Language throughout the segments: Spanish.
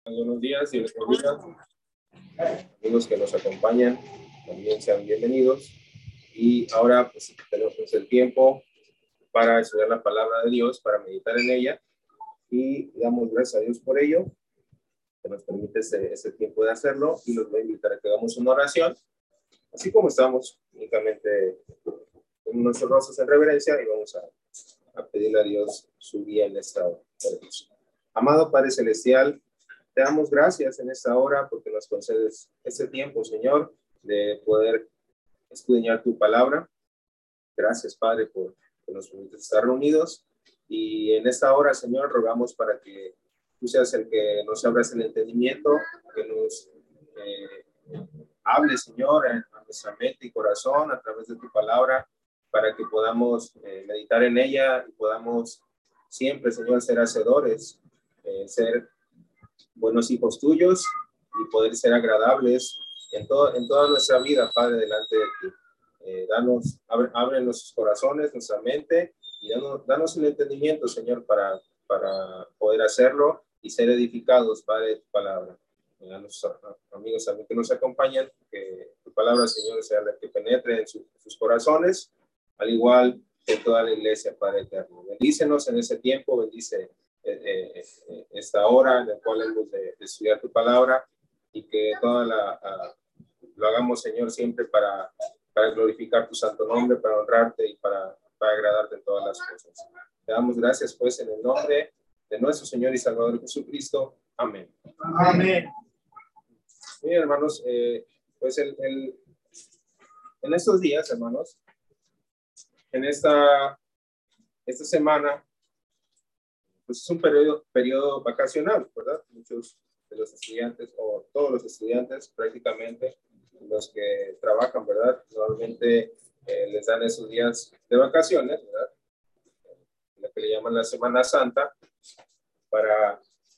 Buenos días y les bendiga. Amigos que nos acompañan, también sean bienvenidos. Y ahora pues tenemos el tiempo para estudiar la palabra de Dios, para meditar en ella. Y damos gracias a Dios por ello, que nos permite ese tiempo de hacerlo. Y los voy a invitar a que hagamos una oración, así como estamos, únicamente en nuestros rostros en reverencia, y vamos a pedirle a Dios su guía en esta hora. Amado Padre Celestial, te damos gracias en esta hora porque nos concedes este tiempo, Señor, de poder escudriñar tu palabra. Gracias, Padre, por que nos permites estar reunidos. Y en esta hora, Señor, rogamos para que tú seas el que nos abras el entendimiento, que nos hable, Señor, a nuestra mente y corazón a través de tu palabra, para que podamos meditar en ella y podamos siempre, Señor, ser hacedores, ser buenos hijos tuyos y poder ser agradables en toda nuestra vida, Padre, delante de ti. Abre nuestros corazones, nuestra mente, y danos el entendimiento, Señor, para poder hacerlo y ser edificados, Padre, de tu palabra. A nuestros amigos también que nos acompañan, que tu palabra, Señor, sea la que penetre en sus corazones, al igual que toda la iglesia, Padre eterno. Bendícenos en ese tiempo, bendice esta hora en la cual hemos de estudiar tu palabra, y que lo hagamos, Señor, siempre para glorificar tu santo nombre, para honrarte y para agradarte en todas las cosas. Te damos gracias, pues, en el nombre de nuestro Señor y Salvador Jesucristo. Amén. Amén. Bien, hermanos, pues en estos días, hermanos, en esta semana, pues es un periodo vacacional, ¿verdad? Muchos de los estudiantes, o todos los estudiantes prácticamente, los que trabajan, ¿verdad? Normalmente les dan esos días de vacaciones, ¿verdad? Lo que le llaman la Semana Santa, para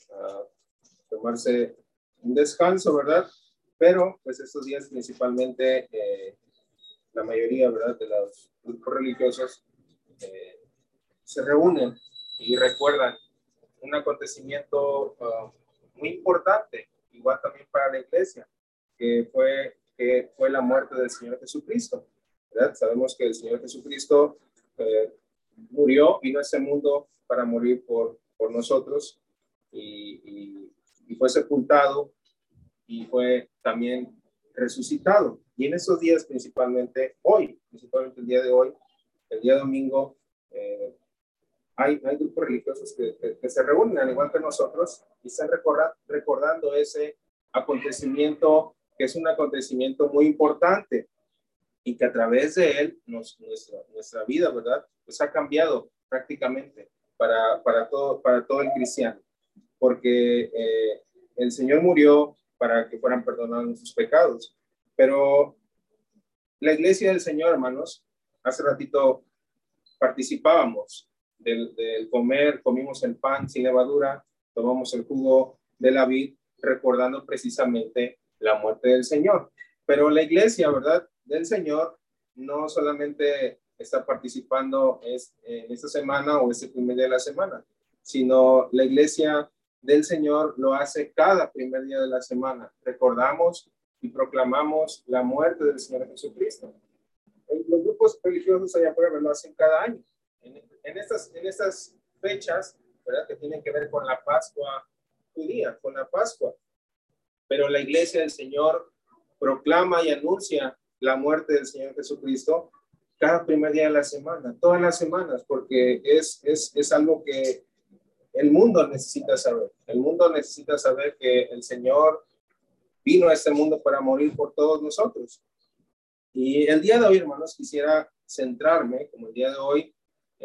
tomarse un descanso, ¿verdad? Pero pues estos días principalmente la mayoría, ¿verdad?, de los grupos religiosos se reúnen y recuerdan un acontecimiento muy importante, igual también para la iglesia, que fue la muerte del Señor Jesucristo, ¿verdad? Sabemos que el Señor Jesucristo murió, vino a este mundo para morir por nosotros, y fue sepultado y fue también resucitado. Y en esos días, principalmente el día de hoy, el día domingo, hay grupos religiosos que se reúnen al igual que nosotros y están recordando ese acontecimiento, que es un acontecimiento muy importante y que a través de él nuestra vida, ¿verdad?, pues ha cambiado prácticamente para todo el cristiano, porque el Señor murió para que fueran perdonados sus pecados. Pero la iglesia del Señor, hermanos, hace ratito participábamos del comimos el pan sin levadura, tomamos el jugo de la vid, recordando precisamente la muerte del Señor. Pero la iglesia, ¿verdad?, del Señor no solamente está participando en esta semana o este primer día de la semana, sino la iglesia del Señor lo hace cada primer día de la semana. Recordamos y proclamamos la muerte del Señor Jesucristo. Los grupos religiosos allá afuera lo hacen cada año. En estas fechas, ¿verdad?, que tienen que ver con la Pascua judía, con la Pascua. Pero la iglesia del Señor proclama y anuncia la muerte del Señor Jesucristo cada primer día de la semana, todas las semanas, porque es algo que el mundo necesita saber. El mundo necesita saber que el Señor vino a este mundo para morir por todos nosotros. Y el día de hoy, hermanos, quisiera centrarme, como el día de hoy,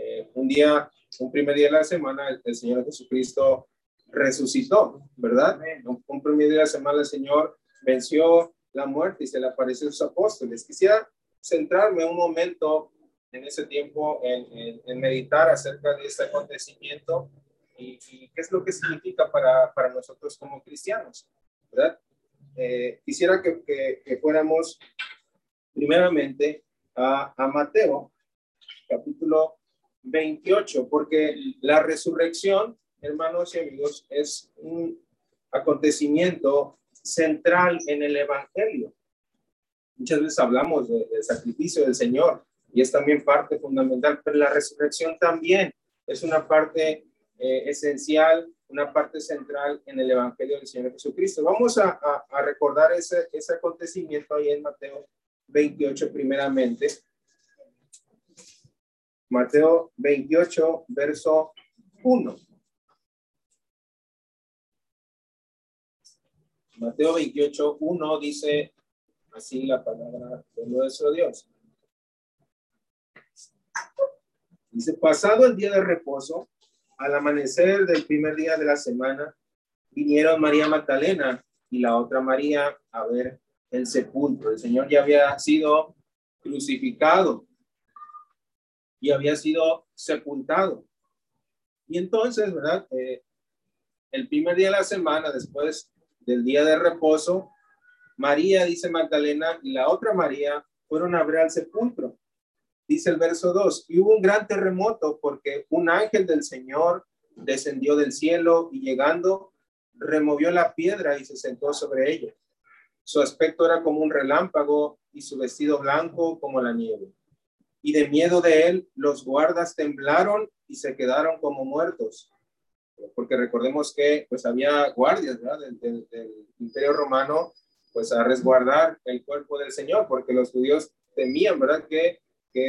un primer día de la semana, el Señor Jesucristo resucitó, ¿verdad? Un primer día de la semana el Señor venció la muerte y se le apareció a sus apóstoles. Quisiera centrarme un momento en ese tiempo en meditar acerca de este acontecimiento y qué es lo que significa para nosotros como cristianos, ¿verdad? Quisiera que fuéramos primeramente a Mateo, capítulo 28, porque la resurrección, hermanos y amigos, es un acontecimiento central en el evangelio. Muchas veces hablamos del sacrificio del Señor y es también parte fundamental, pero la resurrección también es una parte esencial, una parte central en el evangelio del Señor Jesucristo. Vamos a recordar ese acontecimiento ahí en Mateo 28 primeramente. Mateo 28, verso 1. Mateo 28, 1 dice así la palabra de nuestro Dios. Dice, pasado el día de reposo, al amanecer del primer día de la semana, vinieron María Magdalena y la otra María a ver el sepulcro. El Señor ya había sido crucificado y había sido sepultado. Y entonces, ¿verdad? El primer día de la semana, después del día de reposo, María, dice Magdalena, y la otra María fueron a ver al sepulcro. Dice el verso 2, y hubo un gran terremoto porque un ángel del Señor descendió del cielo y llegando, removió la piedra y se sentó sobre ella. Su aspecto era como un relámpago y su vestido blanco como la nieve. Y de miedo de él, los guardas temblaron y se quedaron como muertos. Porque recordemos que pues había guardias, ¿verdad? del Imperio Romano, pues a resguardar el cuerpo del Señor, porque los judíos temían, ¿verdad? Que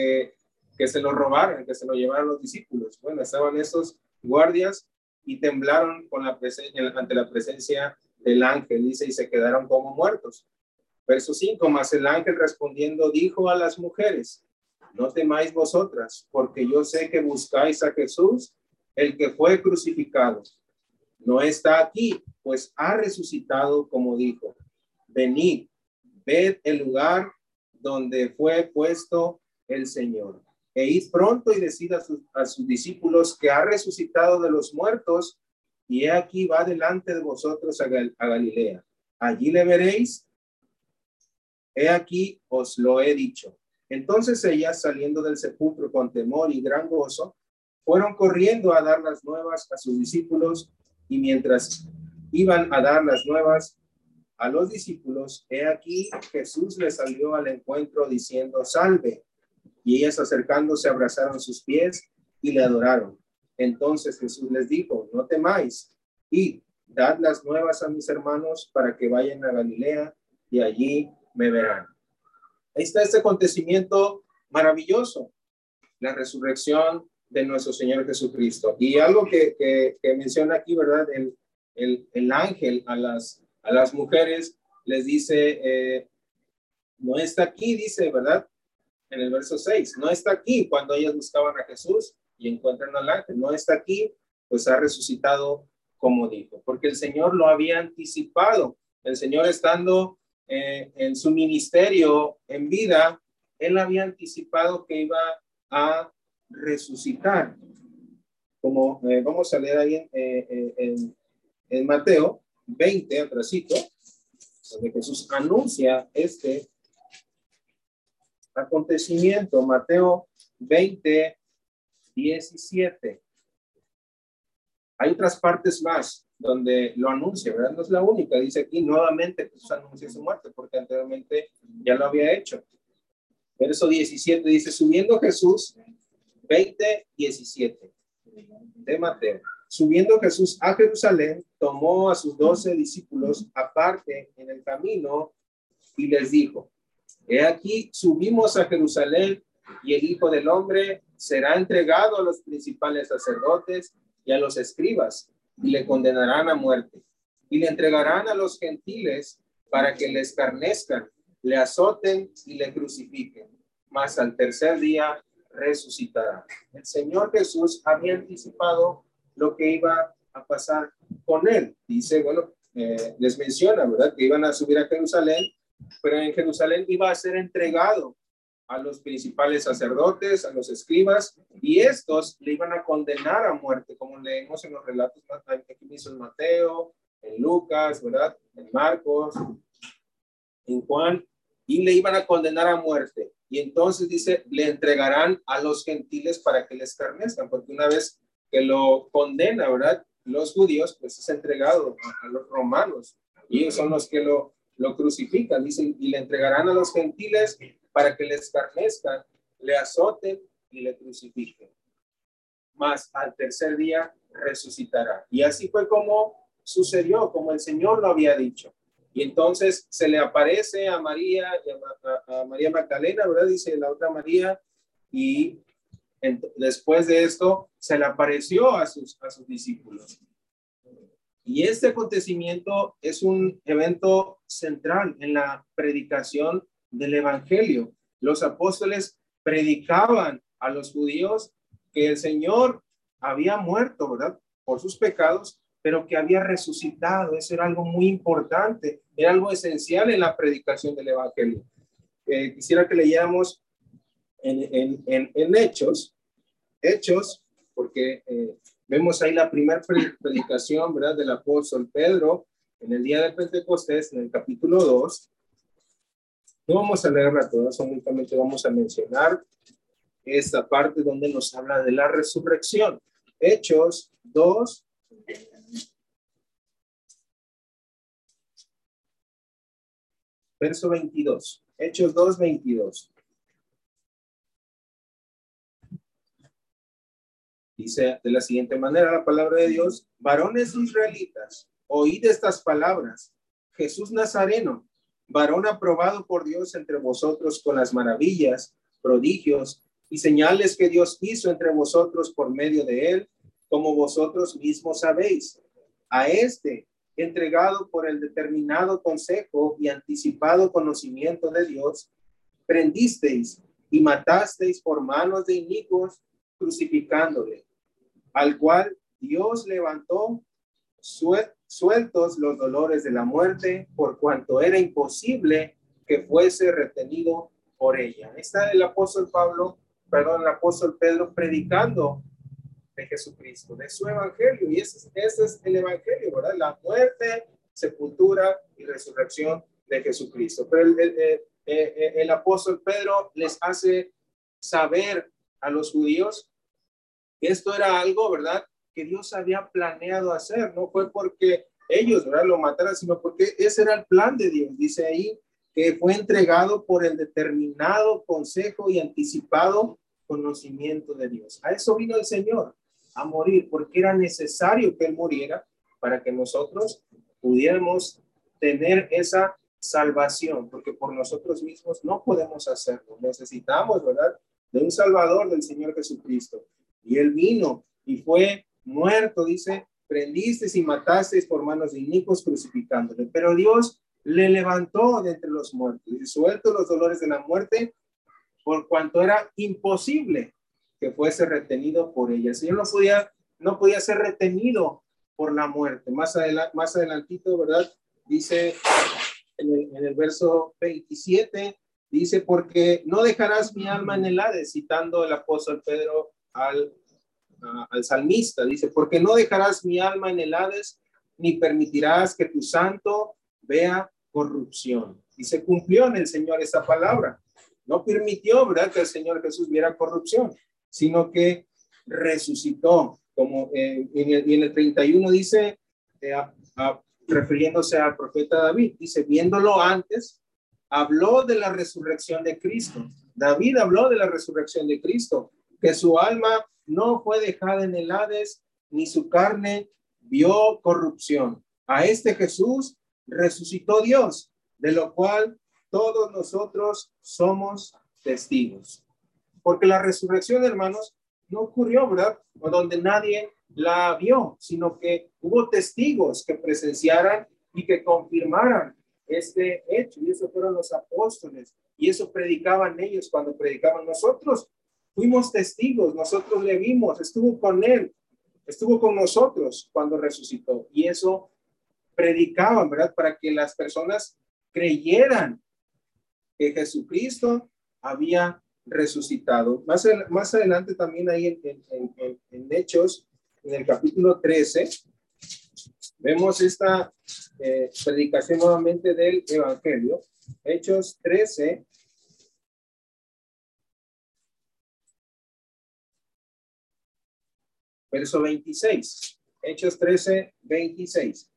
se lo robaran, que se lo llevaran los discípulos. Bueno, estaban esos guardias y temblaron ante la presencia del ángel, dice, y se quedaron como muertos. Verso 5, mas el ángel respondiendo dijo a las mujeres, no temáis vosotras, porque yo sé que buscáis a Jesús, el que fue crucificado. No está aquí, pues ha resucitado como dijo. Venid, ved el lugar donde fue puesto el Señor. E id pronto y decid a sus discípulos que ha resucitado de los muertos y he aquí va delante de vosotros a Galilea. Allí le veréis. He aquí os lo he dicho. Entonces ellas, saliendo del sepulcro con temor y gran gozo, fueron corriendo a dar las nuevas a sus discípulos y mientras iban a dar las nuevas a los discípulos, he aquí Jesús les salió al encuentro diciendo salve, y ellas acercándose abrazaron sus pies y le adoraron. Entonces Jesús les dijo, no temáis, id, dad las nuevas a mis hermanos para que vayan a Galilea y allí me verán. Ahí está este acontecimiento maravilloso, la resurrección de nuestro Señor Jesucristo. Y algo que menciona aquí, ¿verdad? El ángel a las mujeres les dice, no está aquí, dice, ¿verdad? En el verso 6, no está aquí cuando ellas buscaban a Jesús y encuentran al ángel, no está aquí, pues ha resucitado como dijo, porque el Señor lo había anticipado. El Señor estando en su ministerio en vida, él había anticipado que iba a resucitar. Como vamos a leer ahí en Mateo 20, atrasito, donde Jesús anuncia este acontecimiento. Mateo 20, 17. Hay otras partes más donde lo anuncia, ¿verdad? No es la única. Dice aquí nuevamente Jesús anuncia su muerte, porque anteriormente ya lo había hecho. Verso 17 dice, subiendo Jesús, 20, 17 de Mateo. Subiendo Jesús a Jerusalén, tomó a sus 12 discípulos aparte en el camino y les dijo, he aquí, subimos a Jerusalén y el Hijo del Hombre será entregado a los principales sacerdotes y a los escribas y le condenarán a muerte y le entregarán a los gentiles para que le escarnezcan, le azoten y le crucifiquen, mas al tercer día resucitará. El Señor Jesús había anticipado lo que iba a pasar con él. Dice, bueno, les menciona, ¿verdad? Que iban a subir a Jerusalén, pero en Jerusalén iba a ser entregado a los principales sacerdotes, a los escribas, y estos le iban a condenar a muerte, como leemos en los relatos aquí mismo en Mateo, en Lucas, ¿verdad? En Marcos, en Juan, y le iban a condenar a muerte. Y entonces dice, le entregarán a los gentiles para que les escarnezcan, porque una vez que lo condena, ¿verdad? los judíos, pues es entregado a los romanos, y ellos son los que lo crucifican, dicen, y le entregarán a los gentiles para que le escarnezcan, le azoten y le crucifiquen. Mas al tercer día resucitará. Y así fue como sucedió, como el Señor lo había dicho. Y entonces se le aparece a María, a María Magdalena, ¿verdad? Dice la otra María, y después de esto se le apareció a sus discípulos. Y este acontecimiento es un evento central en la predicación del evangelio. Los apóstoles predicaban a los judíos que el Señor había muerto, ¿verdad? Por sus pecados, pero que había resucitado. Eso era algo muy importante, era algo esencial en la predicación del evangelio. Quisiera que leyéramos en Hechos, porque vemos ahí la primera predicación, ¿verdad? Del apóstol Pedro en el día de Pentecostés, en el capítulo 2. No vamos a leerla toda, únicamente vamos a mencionar esta parte donde nos habla de la resurrección. Hechos 2. Verso 22. Hechos 2, 22. Dice de la siguiente manera la palabra de Dios: varones israelitas, oíd estas palabras. Jesús Nazareno, varón aprobado por Dios entre vosotros con las maravillas, prodigios y señales que Dios hizo entre vosotros por medio de él, como vosotros mismos sabéis. A este, entregado por el determinado consejo y anticipado conocimiento de Dios, prendisteis y matasteis por manos de inicuos, crucificándole, al cual Dios levantó sueltos los dolores de la muerte, por cuanto era imposible que fuese retenido por ella. Está el apóstol Pedro predicando de Jesucristo, de su evangelio, y ese es el evangelio, ¿verdad? La muerte, sepultura y resurrección de Jesucristo. Pero el apóstol Pedro les hace saber a los judíos que esto era algo, ¿verdad?, que Dios había planeado hacer. No fue porque ellos, ¿verdad?, lo mataran, sino porque ese era el plan de Dios. Dice ahí que fue entregado por el determinado consejo y anticipado conocimiento de Dios. A eso vino el Señor, a morir, porque era necesario que Él muriera para que nosotros pudiéramos tener esa salvación, porque por nosotros mismos no podemos hacerlo. Necesitamos, ¿verdad?, de un Salvador, del Señor Jesucristo. Y Él vino y fue muerto, dice, prendisteis y matasteis por manos de inicuos, crucificándole. Pero Dios le levantó de entre los muertos y suelto los dolores de la muerte, por cuanto era imposible que fuese retenido por ella. El Señor no podía ser retenido por la muerte. Más adelantito, ¿verdad? Dice en el verso 27, dice, porque no dejarás mi alma en el Hades, citando el apóstol Pedro al salmista. Dice, porque no dejarás mi alma en el Hades, ni permitirás que tu santo vea corrupción. Y se cumplió en el Señor esta palabra. No permitió, ¿verdad?, que el Señor Jesús viera corrupción, sino que resucitó. Como en el 31 dice, refiriéndose al profeta David, dice, viéndolo antes, habló de la resurrección de Cristo. David habló de la resurrección de Cristo, que su alma no fue dejada en el Hades, ni su carne vio corrupción. A este Jesús resucitó Dios, de lo cual todos nosotros somos testigos. Porque la resurrección, hermanos, no ocurrió, ¿verdad?, o donde nadie la vio, sino que hubo testigos que presenciaran y que confirmaran este hecho, y eso fueron los apóstoles, y eso predicaban ellos cuando predicaban. Nosotros fuimos testigos, nosotros le vimos, estuvo con él, estuvo con nosotros cuando resucitó, y eso predicaban, ¿verdad?, para que las personas creyeran que Jesucristo había resucitado. Más adelante también ahí en Hechos, en el capítulo 13, vemos esta predicación nuevamente del Evangelio. Hechos 13, verso 26. Hechos 13, 26.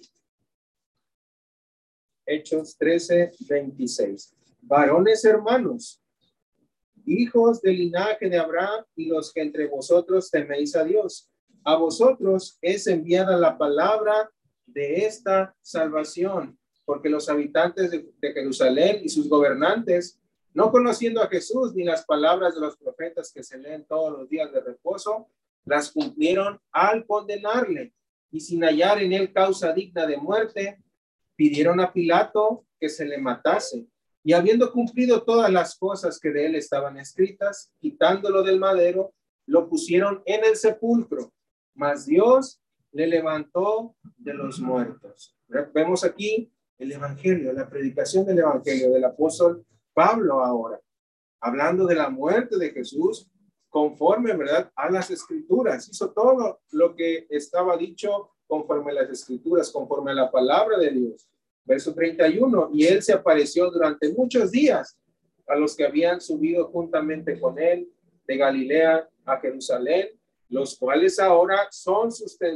Hechos 13, 26. Varones hermanos, hijos del linaje de Abraham y los que entre vosotros teméis a Dios. A vosotros es enviada la palabra de esta salvación, porque los habitantes de Jerusalén y sus gobernantes, no conociendo a Jesús ni las palabras de los profetas que se leen todos los días de reposo, las cumplieron al condenarle, y sin hallar en él causa digna de muerte, pidieron a Pilato que se le matase. Y habiendo cumplido todas las cosas que de él estaban escritas, quitándolo del madero, lo pusieron en el sepulcro, mas Dios le levantó de los muertos. Vemos aquí el evangelio, la predicación del evangelio del apóstol Pablo ahora, hablando de la muerte de Jesús, conforme, ¿verdad?, a las escrituras. Hizo todo lo que estaba dicho conforme a las escrituras, conforme a la palabra de Dios. Verso 31, y él se apareció durante muchos días a los que habían subido juntamente con él de Galilea a Jerusalén, los cuales ahora son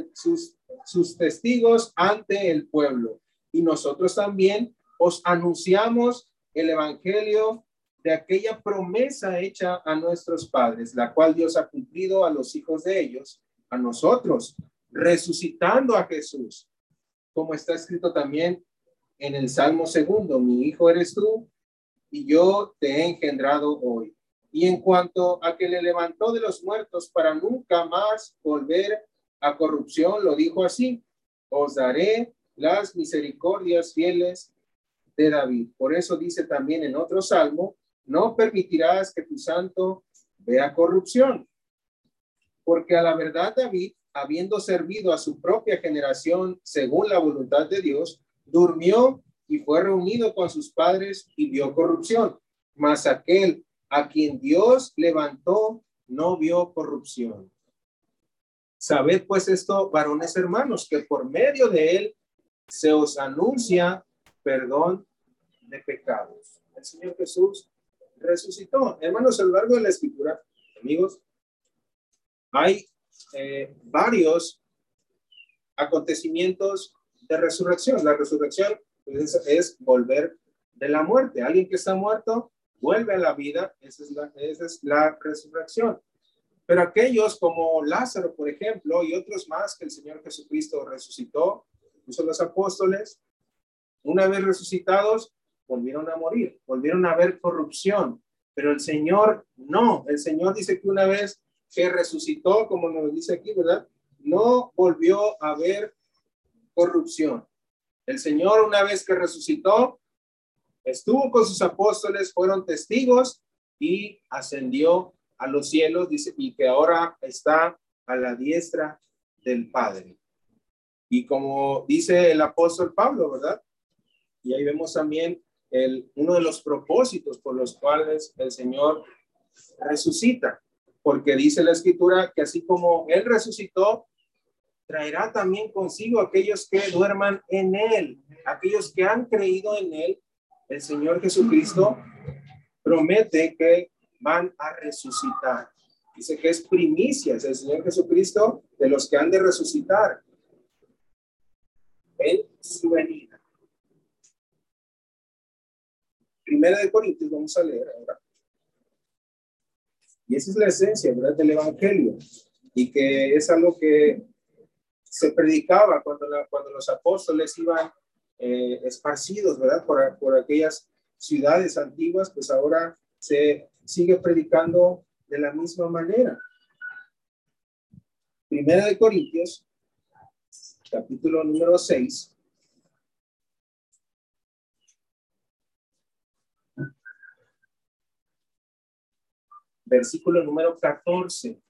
sus testigos ante el pueblo. Y nosotros también os anunciamos el evangelio de aquella promesa hecha a nuestros padres, la cual Dios ha cumplido a los hijos de ellos, a nosotros, resucitando a Jesús, como está escrito también en el Salmo 2, mi hijo eres tú y yo te he engendrado hoy. Y en cuanto a que le levantó de los muertos para nunca más volver a corrupción, lo dijo así: os daré las misericordias fieles de David. Por eso dice también en otro salmo: no permitirás que tu santo vea corrupción. Porque a la verdad David, habiendo servido a su propia generación según la voluntad de Dios, durmió y fue reunido con sus padres y vio corrupción. Mas aquel a quien Dios levantó no vio corrupción. Sabed pues esto, varones hermanos, que por medio de él se os anuncia perdón de pecados. El Señor Jesús resucitó. Hermanos, a lo largo de la escritura, amigos, hay varios acontecimientos de resurrección. La resurrección es volver de la muerte. Alguien que está muerto vuelve a la vida. Esa es la resurrección. Pero aquellos como Lázaro, por ejemplo, y otros más que el Señor Jesucristo resucitó, incluso los apóstoles, una vez resucitados, volvieron a morir, volvieron a ver corrupción. Pero el Señor no. El Señor dice que una vez que resucitó, como nos dice aquí, ¿verdad?, no volvió a ver corrupción. El Señor, una vez que resucitó, estuvo con sus apóstoles, fueron testigos y ascendió a los cielos, dice, y que ahora está a la diestra del Padre. Y como dice el apóstol Pablo, ¿verdad? Y ahí vemos también uno de los propósitos por los cuales el Señor resucita, porque dice la escritura que así como él resucitó, traerá también consigo aquellos que duerman en él, aquellos que han creído en él. El Señor Jesucristo promete que van a resucitar. Dice que es primicias el Señor Jesucristo de los que han de resucitar en su venida. Primera de Corintios, vamos a leer ahora. Y esa es la esencia, ¿verdad?, del evangelio, y que es algo que se predicaba cuando los apóstoles iban esparcidos, ¿verdad?, por aquellas ciudades antiguas. Pues ahora se sigue predicando de la misma manera. Primera de Corintios, capítulo número 6. Versículo número 14.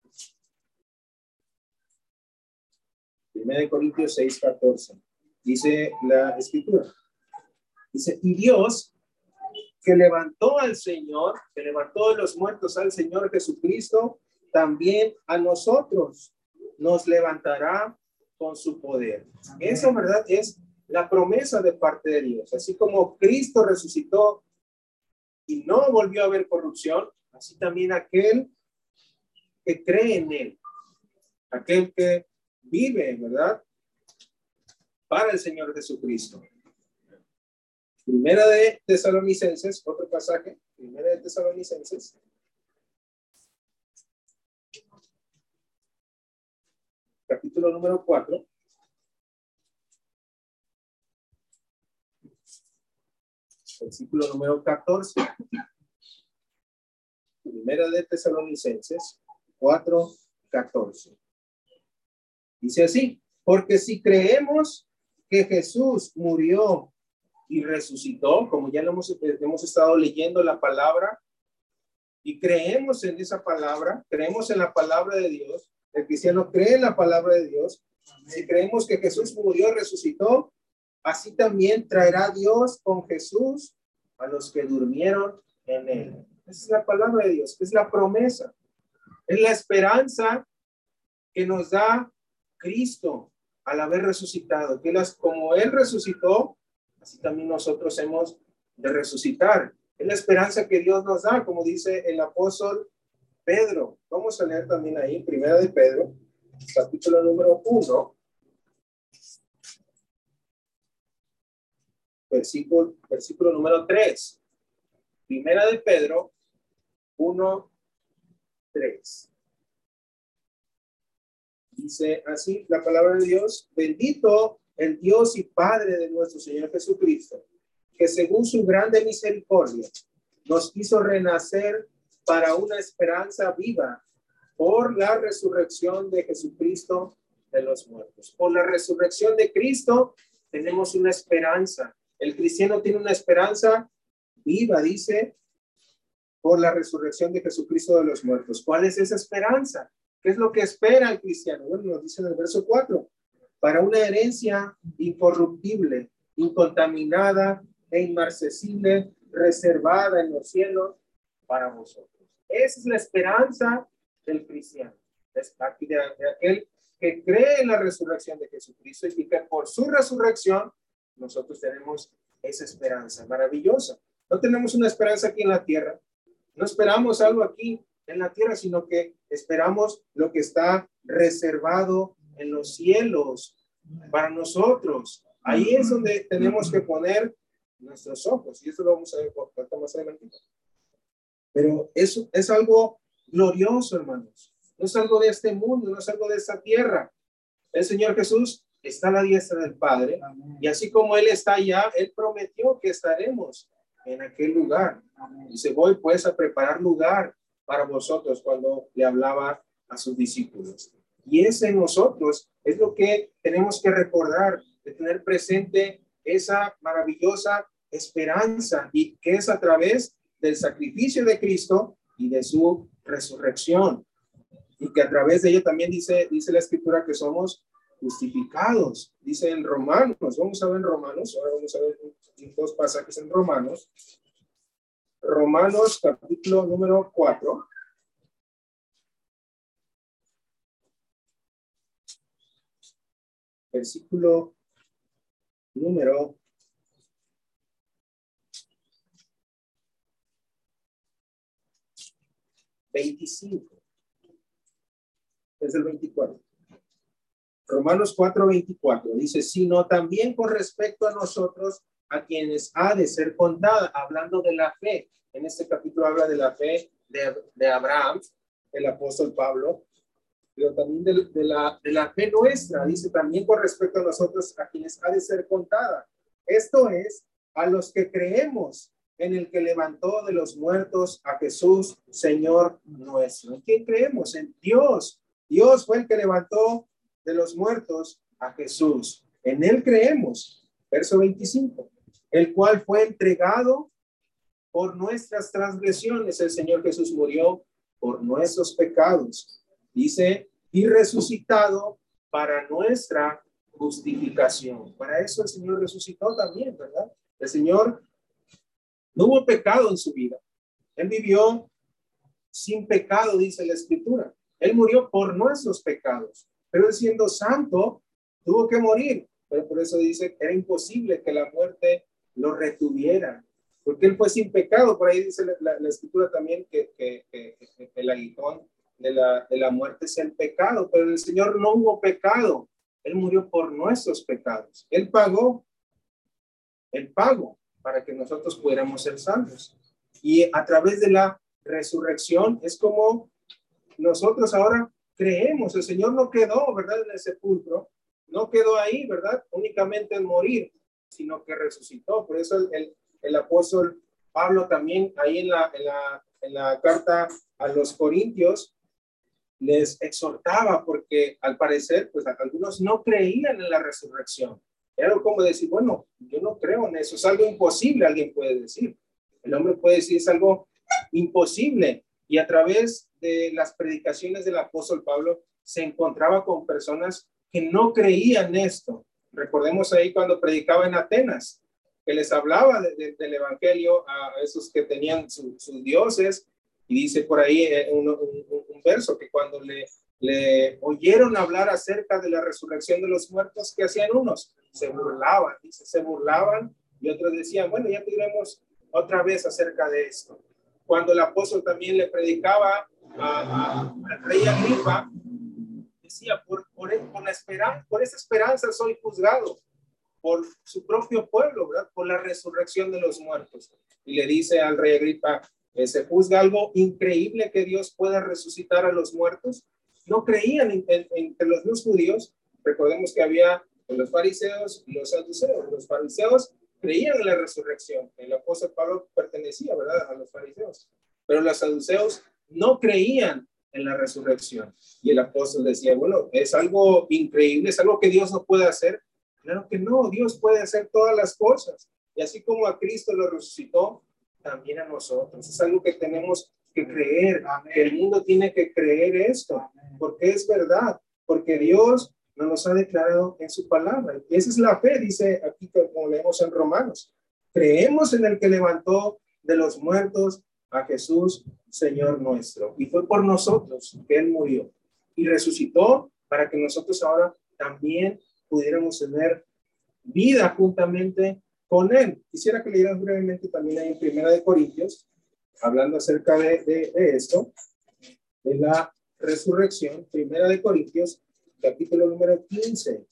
Primera de Corintios 6, 14. Dice la escritura. Dice, y Dios, que levantó al Señor, que levantó de los muertos al Señor Jesucristo, también a nosotros nos levantará con su poder. Esa, ¿verdad?, es la promesa de parte de Dios. Así como Cristo resucitó y no volvió a haber corrupción, así también aquel que cree en él, aquel que vive, ¿verdad? Para el Señor Jesucristo. Primera de Tesalonicenses, otro pasaje, Primera de Tesalonicenses. Capítulo número 4. Versículo número 14. Primera de Tesalonicenses 4:14. Dice así: porque si creemos que Jesús murió y resucitó, como ya lo hemos estado leyendo la palabra, y creemos en esa palabra, creemos en la palabra de Dios, el cristiano cree en la palabra de Dios, si creemos que Jesús murió y resucitó, así también traerá Dios con Jesús a los que durmieron en él. Esa es la palabra de Dios, es la promesa, es la esperanza que nos da Cristo al haber resucitado, que como Él resucitó, así también nosotros hemos de resucitar. Es la esperanza que Dios nos da, como dice el apóstol Pedro. Vamos a leer también ahí, Primera de Pedro, capítulo número 1, versículo número 3. Primera de Pedro 1:3. Dice así la palabra de Dios: bendito el Dios y Padre de nuestro Señor Jesucristo, que según su grande misericordia nos hizo renacer para una esperanza viva por la resurrección de Jesucristo de los muertos. Por la resurrección de Cristo tenemos una esperanza. El cristiano tiene una esperanza viva, dice, por la resurrección de Jesucristo de los muertos. ¿Cuál es esa esperanza? ¿Qué es lo que espera el cristiano? Bueno, nos dice en el verso 4, para una herencia incorruptible, incontaminada e inmarcesible, reservada en los cielos para vosotros. Esa es la esperanza del cristiano, de aquel que cree en la resurrección de Jesucristo y que por su resurrección nosotros tenemos esa esperanza maravillosa. No tenemos una esperanza aquí en la tierra, no esperamos algo aquí en la tierra, sino que esperamos lo que está reservado en los cielos para nosotros. Ahí es donde tenemos que poner nuestros ojos, y eso lo vamos a ver más adelante. Pero eso es algo glorioso, hermanos. No es algo de este mundo, no es algo de esta tierra. El Señor Jesús está a la diestra del Padre. Amén. Y así como Él está allá, Él prometió que estaremos en aquel lugar. Dice, voy pues a preparar lugar para vosotros, cuando le hablaba a sus discípulos. Y ese en nosotros es lo que tenemos que recordar, de tener presente esa maravillosa esperanza, y que es a través del sacrificio de Cristo y de su resurrección. Y que a través de ello también dice la Escritura que somos justificados. Dice en Romanos, vamos a ver en Romanos, ahora vamos a ver dos pasajes en Romanos. Romanos capítulo número 4. Versículo número 25. Es el 24. Romanos 4:24 dice, sino también con respecto a nosotros, a quienes ha de ser contada, hablando de la fe. En este capítulo habla de la fe de Abraham, el apóstol Pablo, pero también de la fe nuestra. Dice también con respecto a nosotros, a quienes ha de ser contada. Esto es, a los que creemos en el que levantó de los muertos a Jesús, Señor nuestro. ¿En quién creemos? En Dios. Dios fue el que levantó de los muertos a Jesús. En Él creemos. Verso 25. El cual fue entregado por nuestras transgresiones. El Señor Jesús murió por nuestros pecados. Dice, y resucitado para nuestra justificación. Para eso el Señor resucitó también, ¿verdad? El Señor no hubo pecado en su vida. Él vivió sin pecado, dice la Escritura. Él murió por nuestros pecados. Pero él, siendo santo, tuvo que morir. Pero por eso dice que era imposible que la muerte lo retuviera. Porque él fue sin pecado. Por ahí dice la Escritura también que el aguijón de la muerte es el pecado, pero en el Señor no hubo pecado. Él murió por nuestros pecados. Él pagó el pago para que nosotros pudiéramos ser salvos. Y a través de la resurrección es como nosotros ahora creemos. El Señor no quedó, ¿verdad?, en el sepulcro. No quedó ahí, ¿verdad?, únicamente en morir, sino que resucitó. Por eso el apóstol Pablo también ahí en la carta a los Corintios les exhortaba, porque al parecer pues algunos no creían en la resurrección. Era como decir, bueno, yo no creo en eso, es algo imposible, alguien puede decir. El hombre puede decir, es algo imposible. Y a través de las predicaciones del apóstol Pablo se encontraba con personas que no creían esto. Recordemos ahí cuando predicaba en Atenas, que les hablaba del evangelio a esos que tenían sus dioses, y dice por ahí un verso que cuando le oyeron hablar acerca de la resurrección de los muertos, ¿qué hacían unos? Se burlaban, dice, se burlaban, y otros decían, bueno, ya diremos otra vez acerca de esto. Cuando el apóstol también le predicaba al rey Agripa, decía, por esa esperanza soy juzgado, por su propio pueblo, ¿verdad?, por la resurrección de los muertos. Y le dice al rey Agripa, ¿se juzga algo increíble que Dios pueda resucitar a los muertos? No creían entre los no judíos. Recordemos que había los fariseos y los saduceos. Los fariseos creían en la resurrección. El apóstol Pablo pertenecía, ¿verdad?, a los fariseos. Pero los saduceos no creían en la resurrección. Y el apóstol decía, bueno, es algo increíble, es algo que Dios no puede hacer. Claro que no, Dios puede hacer todas las cosas. Y así como a Cristo lo resucitó, también a nosotros. Es algo que tenemos que creer. Que el mundo tiene que creer esto, porque es verdad, porque Dios nos los ha declarado en su palabra. Y esa es la fe, dice aquí como leemos en Romanos. Creemos en el que levantó de los muertos a Jesús, Señor nuestro. Y fue por nosotros que Él murió y resucitó para que nosotros ahora también pudiéramos tener vida juntamente con Él. Quisiera que leyeran brevemente también ahí en Primera de Corintios, hablando acerca de esto, de la resurrección. Primera de Corintios, capítulo número 15.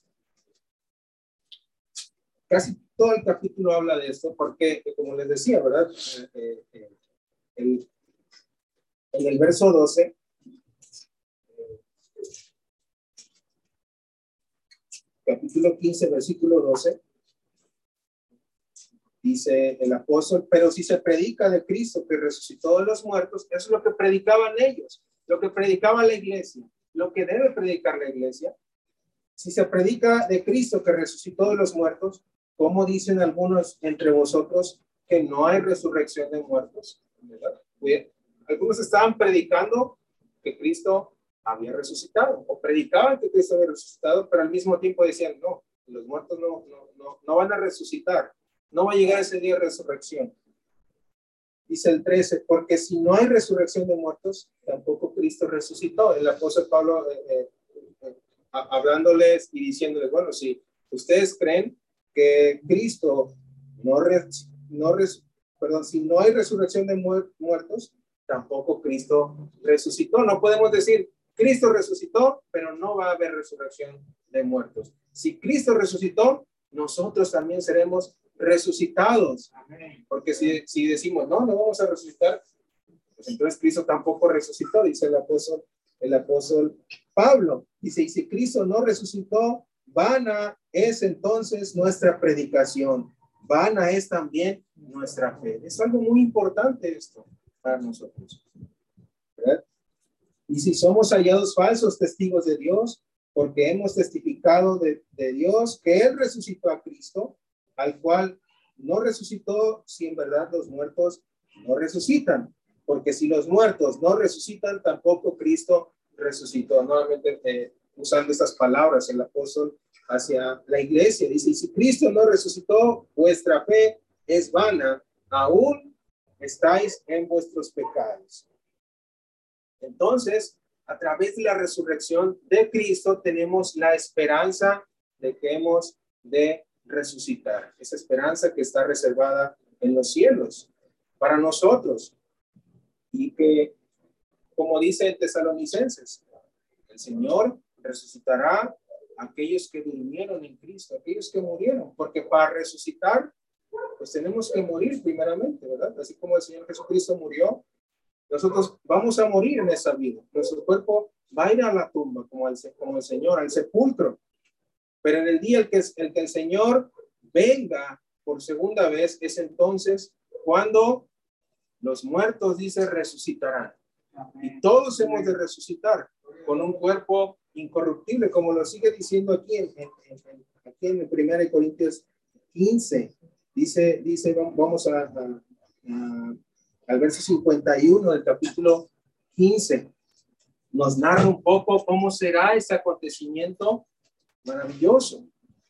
Casi todo el capítulo habla de esto, porque, como les decía, ¿verdad? En el verso 12, capítulo 15, versículo 12, dice el apóstol, pero si se predica de Cristo que resucitó de los muertos, eso es lo que predicaban ellos, lo que predicaba la iglesia, lo que debe predicar la iglesia. Si se predica de Cristo que resucitó de los muertos, ¿cómo dicen algunos entre vosotros que no hay resurrección de muertos? ¿Verdad? Bien. Algunos estaban predicando que Cristo había resucitado, o predicaban que Cristo había resucitado, pero al mismo tiempo decían, no, los muertos no van a resucitar, no va a llegar ese día de resurrección. Dice el 13, porque si no hay resurrección de muertos, tampoco Cristo resucitó. El apóstol Pablo hablándoles y diciéndoles, bueno, si ustedes creen que Cristo si no hay resurrección de muertos, tampoco Cristo resucitó. No podemos decir, Cristo resucitó, pero no va a haber resurrección de muertos. Si Cristo resucitó, nosotros también seremos resucitados. Porque si decimos, no vamos a resucitar, pues entonces Cristo tampoco resucitó, dice el apóstol Pablo. Dice, y si Cristo no resucitó, vana es entonces nuestra predicación, vana es también nuestra fe. Es algo muy importante esto para nosotros, ¿verdad? Y si somos hallados falsos testigos de Dios, porque hemos testificado de Dios que Él resucitó a Cristo, al cual no resucitó si en verdad los muertos no resucitan. Porque si los muertos no resucitan, tampoco Cristo resucitó. Nuevamente usando estas palabras el apóstol hacia la iglesia. Dice, y si Cristo no resucitó, vuestra fe es vana, aún estáis en vuestros pecados. Entonces, a través de la resurrección de Cristo, tenemos la esperanza de que hemos de resucitar. Esa esperanza que está reservada en los cielos para nosotros. Y que como dice en Tesalonicenses, el Señor resucitará a aquellos que durmieron en Cristo, aquellos que murieron, porque para resucitar, pues tenemos que morir primeramente, ¿verdad? Así como el Señor Jesucristo murió, nosotros vamos a morir en esa vida. Nuestro cuerpo va a ir a la tumba, como el Señor, al sepulcro. Pero en el día el que el Señor venga por segunda vez, es entonces cuando los muertos, dice, resucitarán. Y todos hemos de resucitar con un cuerpo incorruptible, como lo sigue diciendo aquí en 1 Corintios 15. Dice vamos al verso 51 del capítulo 15. Nos narra un poco cómo será ese acontecimiento maravilloso.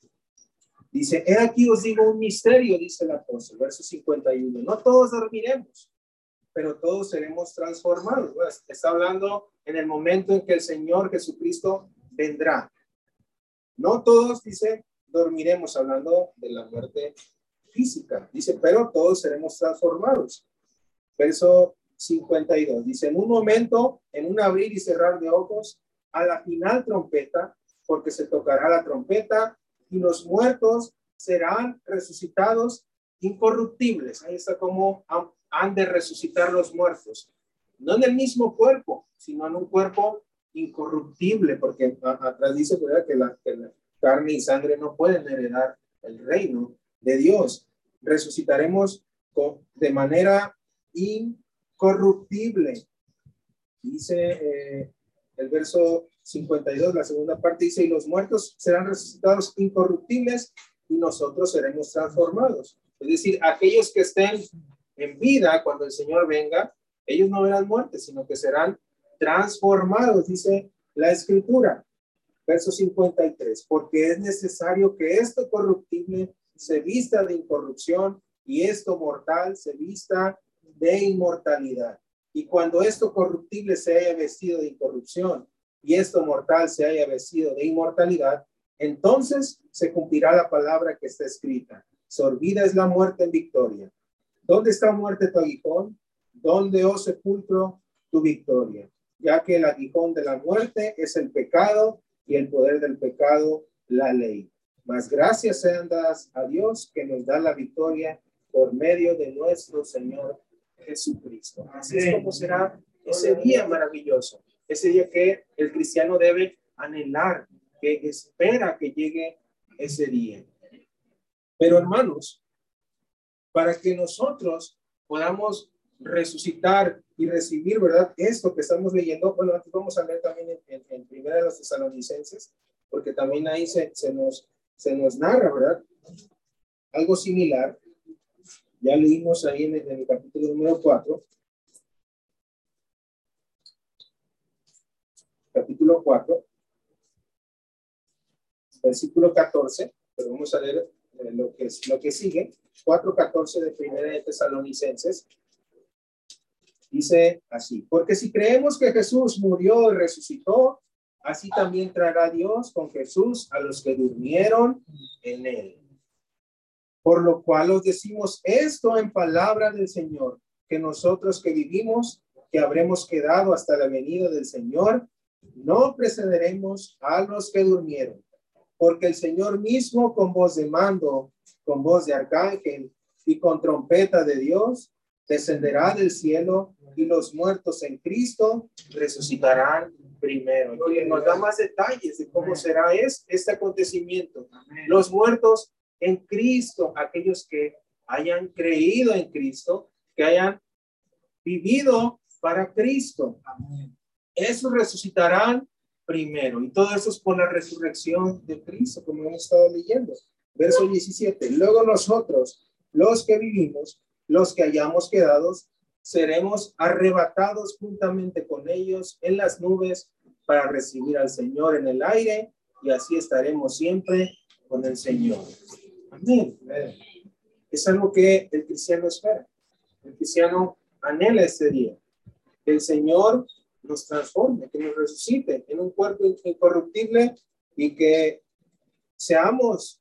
Dice, he aquí os digo un misterio, dice el apóstol, verso 51. No todos dormiremos, pero todos seremos transformados. Bueno, está hablando en el momento en que el Señor Jesucristo vendrá. No todos, dice, dormiremos, hablando de la muerte física. Dice, pero todos seremos transformados. Verso 52. Dice, en un momento, en un abrir y cerrar de ojos, a la final trompeta, porque se tocará la trompeta y los muertos serán resucitados incorruptibles. Ahí está cómo han de resucitar los muertos. No en el mismo cuerpo, sino en un cuerpo incorruptible, porque atrás dice, ¿verdad?, que la carne y sangre no pueden heredar el reino de Dios. Resucitaremos de manera incorruptible. Dice el verso 52, la segunda parte dice, y los muertos serán resucitados incorruptibles y nosotros seremos transformados. Es decir, aquellos que estén en vida cuando el Señor venga, ellos no verán muerte, sino que serán transformados, dice la Escritura. Verso 53, porque es necesario que esto corruptible se vista de incorrupción y esto mortal se vista de inmortalidad. Y cuando esto corruptible se haya vestido de incorrupción y esto mortal se haya vestido de inmortalidad, entonces se cumplirá la palabra que está escrita. Sorbida es la muerte en victoria. ¿Dónde está muerte tu aguijón? ¿Dónde, oh sepulcro, tu victoria? Ya que el aguijón de la muerte es el pecado y el poder del pecado, la ley. Mas gracias sean dadas a Dios que nos da la victoria por medio de nuestro Señor Jesucristo. Así es como será ese día maravilloso, ese día que el cristiano debe anhelar, que espera que llegue ese día. Pero hermanos, para que nosotros podamos resucitar y recibir, ¿verdad?, esto que estamos leyendo, bueno, aquí vamos a leer también en Primera de los Tesalonicenses, porque también ahí se nos narra, ¿verdad?, algo similar. Ya leímos ahí en el capítulo número 4. Capítulo 4, versículo 14, pero vamos a leer lo que sigue. 4:14 de Primera de Tesalonicenses. Dice así, porque si creemos que Jesús murió y resucitó, así también traerá Dios con Jesús a los que durmieron en él. Por lo cual os decimos esto en palabra del Señor, que nosotros que vivimos, que habremos quedado hasta la venida del Señor, no precederemos a los que durmieron, porque el Señor mismo con voz de mando, con voz de arcángel y con trompeta de Dios, descenderá del cielo y los muertos en Cristo resucitarán primero. Y nos da más detalles de cómo será este acontecimiento. Los muertos en Cristo, aquellos que hayan creído en Cristo, que hayan vivido para Cristo. Esos resucitarán primero. Y todo eso es por la resurrección de Cristo, como hemos estado leyendo. Verso 17. Luego nosotros, los que vivimos, los que hayamos quedado, seremos arrebatados juntamente con ellos en las nubes para recibir al Señor en el aire, y así estaremos siempre con el Señor. Amén. Es algo que el cristiano espera. El cristiano anhela ese día. Que el Señor nos transforme, que nos resucite en un cuerpo incorruptible y que seamos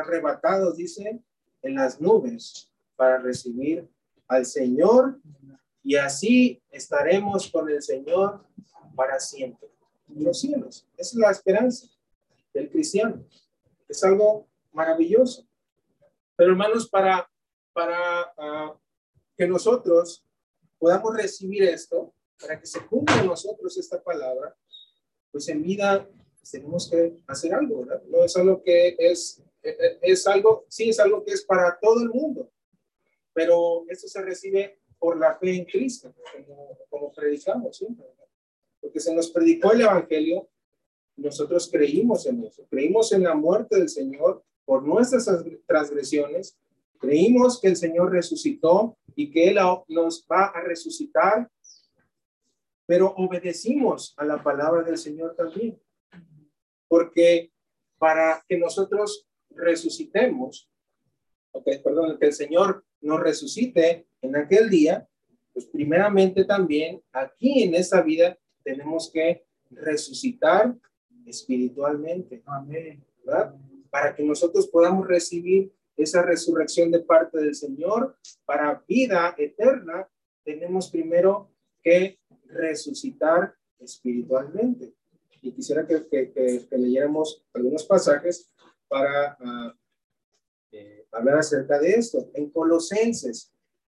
arrebatados, dice, en las nubes para recibir al Señor y así estaremos con el Señor para siempre. En los cielos. Esa es la esperanza del cristiano. Es algo maravilloso. Pero hermanos, para que nosotros podamos recibir esto, para que se cumpla en nosotros esta palabra, pues en vida tenemos que hacer algo, ¿verdad? No es algo que es algo, sí es algo que es para todo el mundo, pero esto se recibe por la fe en Cristo, como predicamos siempre, ¿verdad? Porque se nos predicó el evangelio, nosotros creímos en eso, creímos en la muerte del Señor por nuestras transgresiones, creímos que el Señor resucitó y que Él nos va a resucitar, pero obedecimos a la palabra del Señor también. Porque para que nosotros resucitemos, que el Señor nos resucite en aquel día, pues primeramente también aquí en esta vida tenemos que resucitar espiritualmente. Amén. ¿Verdad? Para que nosotros podamos recibir esa resurrección de parte del Señor para vida eterna, tenemos primero que resucitar espiritualmente. Y quisiera que leyéramos algunos pasajes para hablar acerca de esto. En Colosenses,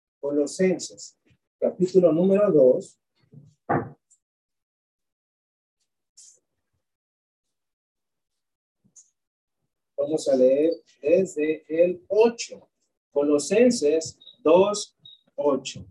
capítulo número 2. Vamos a leer desde el 8. Colosenses 2, 8.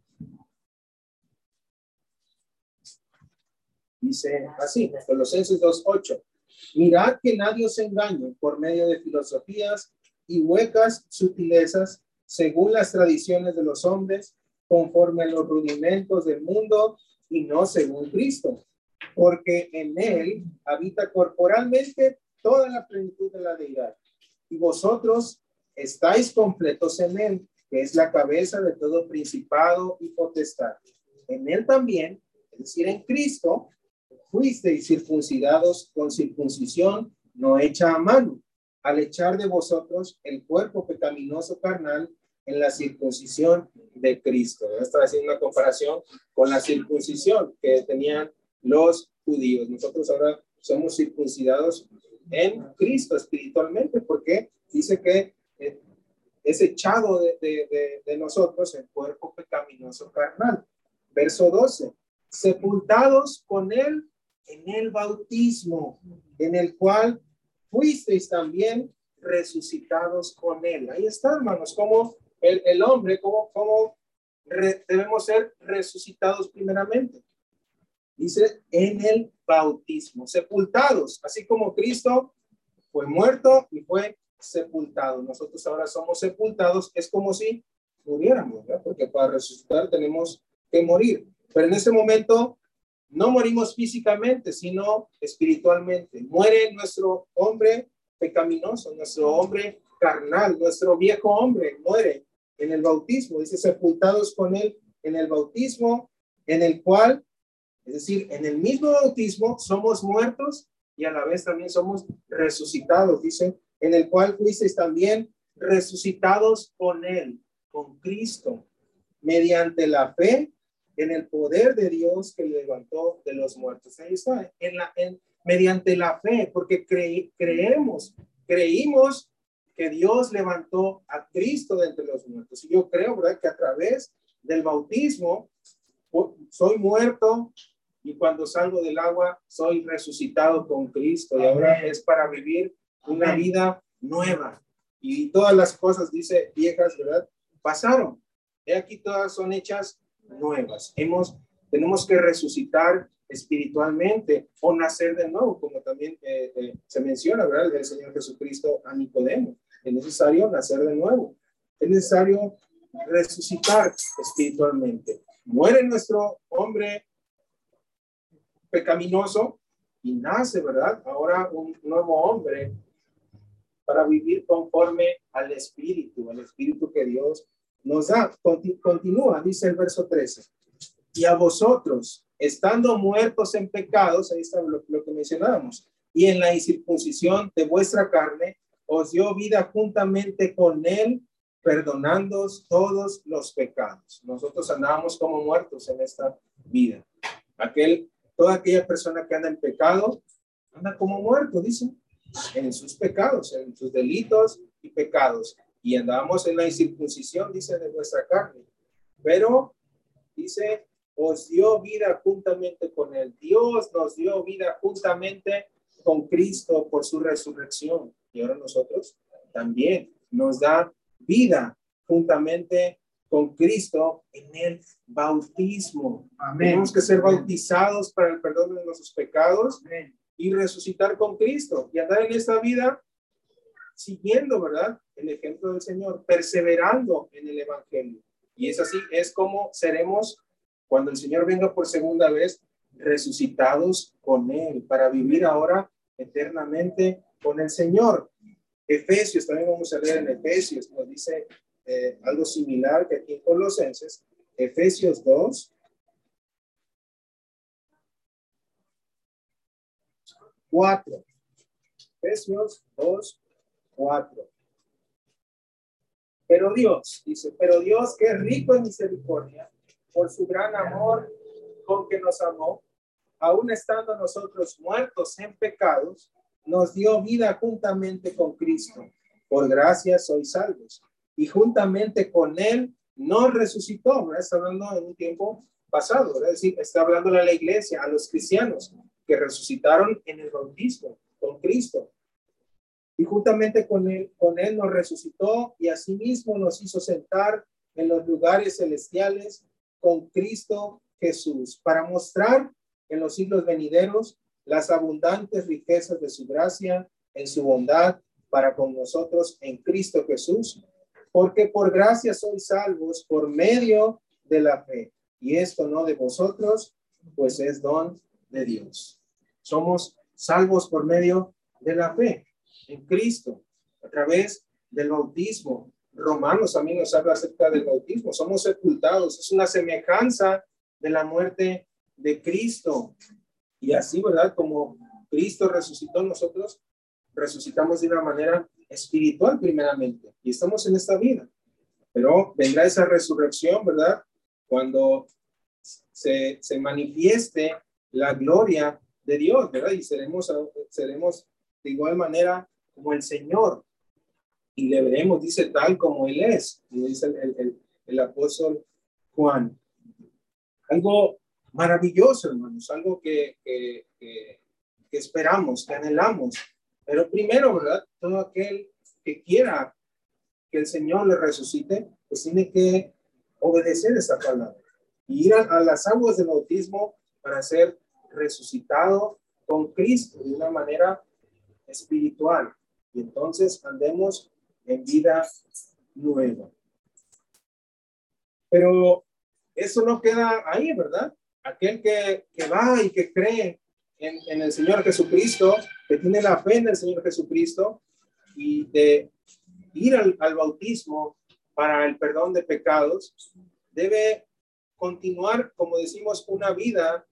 Dice así, Colosenses 2:8. Mirad que nadie os engañe por medio de filosofías y huecas sutilezas, según las tradiciones de los hombres, conforme a los rudimentos del mundo y no según Cristo. Porque en él habita corporalmente toda la plenitud de la deidad. Y vosotros estáis completos en él, que es la cabeza de todo principado y potestad. En él también, es decir, en Cristo, fuisteis circuncidados con circuncisión no hecha a mano, al echar de vosotros el cuerpo pecaminoso carnal en la circuncisión de Cristo. Estaba haciendo una comparación con la circuncisión que tenían los judíos. Nosotros ahora somos circuncidados en Cristo espiritualmente, porque dice que es echado de nosotros el cuerpo pecaminoso carnal. Verso 12. Sepultados con él en el bautismo, en el cual fuisteis también resucitados con él. Ahí está, hermanos, como el hombre, como debemos ser resucitados primeramente. Dice en el bautismo, sepultados, así como Cristo fue muerto y fue sepultado. Nosotros ahora somos sepultados, es como si muriéramos, ¿verdad? Porque para resucitar tenemos que morir. Pero en ese momento no morimos físicamente, sino espiritualmente. Muere nuestro hombre pecaminoso, nuestro hombre carnal, nuestro viejo hombre muere en el bautismo. Dice sepultados con él en el bautismo, en el cual, es decir, en el mismo bautismo somos muertos y a la vez también somos resucitados. Dice, en el cual fuisteis también resucitados con él, con Cristo, mediante la fe en el poder de Dios que le levantó de los muertos. Ahí está, mediante la fe, porque creímos que Dios levantó a Cristo de entre los muertos. Y yo creo, ¿verdad?, que a través del bautismo soy muerto y cuando salgo del agua soy resucitado con Cristo. Y ahora es para vivir una vida nueva. Y todas las cosas, dice, viejas, ¿verdad?, pasaron. Y aquí todas son hechas nuevas. Tenemos que resucitar espiritualmente o nacer de nuevo, como también se menciona, ¿verdad?, del Señor Jesucristo a Nicodemo. Es necesario nacer de nuevo. Es necesario resucitar espiritualmente. Muere nuestro hombre pecaminoso y nace, ¿verdad?, ahora un nuevo hombre para vivir conforme al Espíritu que Dios nos da. Continúa, dice el verso 13. Y a vosotros, estando muertos en pecados, ahí está lo que mencionábamos, y en la incircuncisión de vuestra carne, os dio vida juntamente con él, perdonando todos los pecados. Nosotros andábamos como muertos en esta vida. Toda aquella persona que anda en pecado, anda como muerto, dice, en sus pecados, en sus delitos y pecados. Y andábamos en la incircuncisión, dice, de nuestra carne. Pero, dice, os dio vida juntamente con él. Dios nos dio vida juntamente con Cristo por su resurrección. Y ahora nosotros también nos da vida juntamente con Cristo en el bautismo. Amén. Tenemos que ser bautizados para el perdón de nuestros pecados. Amén. Y resucitar con Cristo y andar en esta vida siguiendo, ¿verdad?, el ejemplo del Señor, perseverando en el evangelio. Y es así, es como seremos cuando el Señor venga por segunda vez, resucitados con Él para vivir ahora eternamente con el Señor. Efesios, también vamos a leer en Efesios, nos dice algo similar que aquí en Colosenses. Efesios 2, 4. Efesios 2, 4. Pero Dios, dice, pero Dios que es rico en misericordia, por su gran amor con que nos amó, aun estando nosotros muertos en pecados, nos dio vida juntamente con Cristo. Por gracia sois salvos. Y juntamente con Él nos resucitó. ¿Verdad? Está hablando en un tiempo pasado, ¿verdad? Es decir, está hablando a la iglesia, a los cristianos que resucitaron en el bautismo con Cristo. Y juntamente con él nos resucitó y asimismo nos hizo sentar en los lugares celestiales con Cristo Jesús, para mostrar en los siglos venideros las abundantes riquezas de su gracia en su bondad para con nosotros en Cristo Jesús, porque por gracia sois salvos por medio de la fe. Y esto no de vosotros, pues es don de Dios. Somos salvos por medio de la fe en Cristo, a través del bautismo. Romanos también nos habla acerca del bautismo. Somos sepultados, es una semejanza de la muerte de Cristo. Y así, ¿verdad? Como Cristo resucitó, nosotros resucitamos de una manera espiritual primeramente. Y estamos en esta vida. Pero vendrá esa resurrección, ¿verdad? Cuando se manifieste la gloria de Dios, ¿verdad? Y seremos de igual manera como el Señor, y le veremos, dice, tal como Él es, como dice el apóstol Juan. Algo maravilloso, hermanos, algo que esperamos, que anhelamos. Pero primero, ¿verdad? Todo aquel que quiera que el Señor le resucite, pues tiene que obedecer esta palabra y ir a las aguas del bautismo para ser resucitado con Cristo de una manera espiritual. Y entonces andemos en vida nueva. Pero eso no queda ahí, ¿verdad? Aquel que va y que cree en el Señor Jesucristo, que tiene la fe en el Señor Jesucristo y de ir al bautismo para el perdón de pecados, debe continuar, como decimos, una vida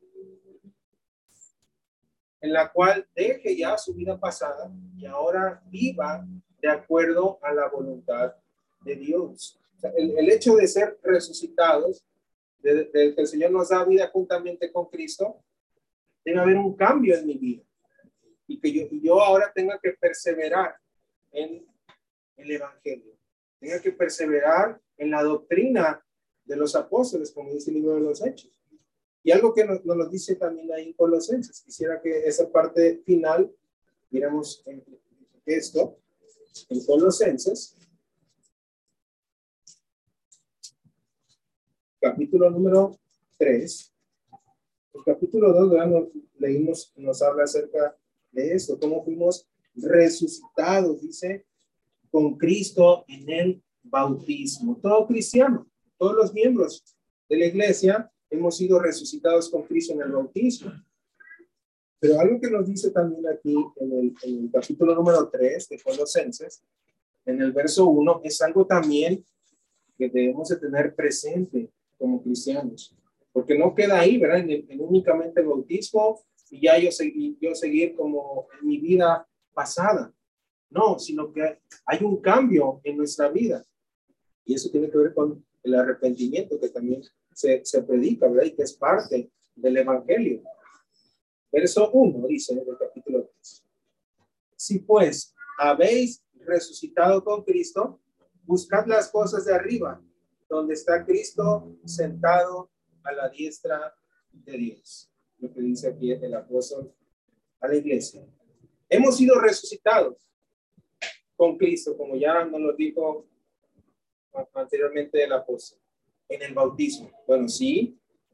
en la cual deje ya su vida pasada y ahora viva de acuerdo a la voluntad de Dios. O sea, el hecho de ser resucitados, de que el Señor nos da vida juntamente con Cristo, debe haber un cambio en mi vida y que yo ahora tenga que perseverar en el evangelio, tenga que perseverar en la doctrina de los apóstoles, como dice el libro de los Hechos. Y algo que nos lo dice también ahí en Colosenses. Quisiera que esa parte final viéramos esto en Colosenses, capítulo número 3. El capítulo 2, leímos, nos habla acerca de esto, cómo fuimos resucitados, dice, con Cristo en el bautismo. Todo cristiano, todos los miembros de la iglesia hemos sido resucitados con Cristo en el bautismo. Pero algo que nos dice también aquí en el capítulo número 3 de Colosenses, en el verso 1, es algo también que debemos de tener presente como cristianos. Porque no queda ahí, ¿verdad? En únicamente el bautismo y ya yo seguir como en mi vida pasada. No, sino que hay un cambio en nuestra vida. Y eso tiene que ver con el arrepentimiento que también se predica, ¿verdad? Y que es parte del Evangelio. Verso 1 dice en el capítulo 3. Si pues habéis resucitado con Cristo, buscad las cosas de arriba, donde está Cristo sentado a la diestra de Dios. Lo que dice aquí el apóstol a la iglesia. Hemos sido resucitados con Cristo, como ya nos lo dijo anteriormente el apóstol, en el bautismo. Bueno, sí,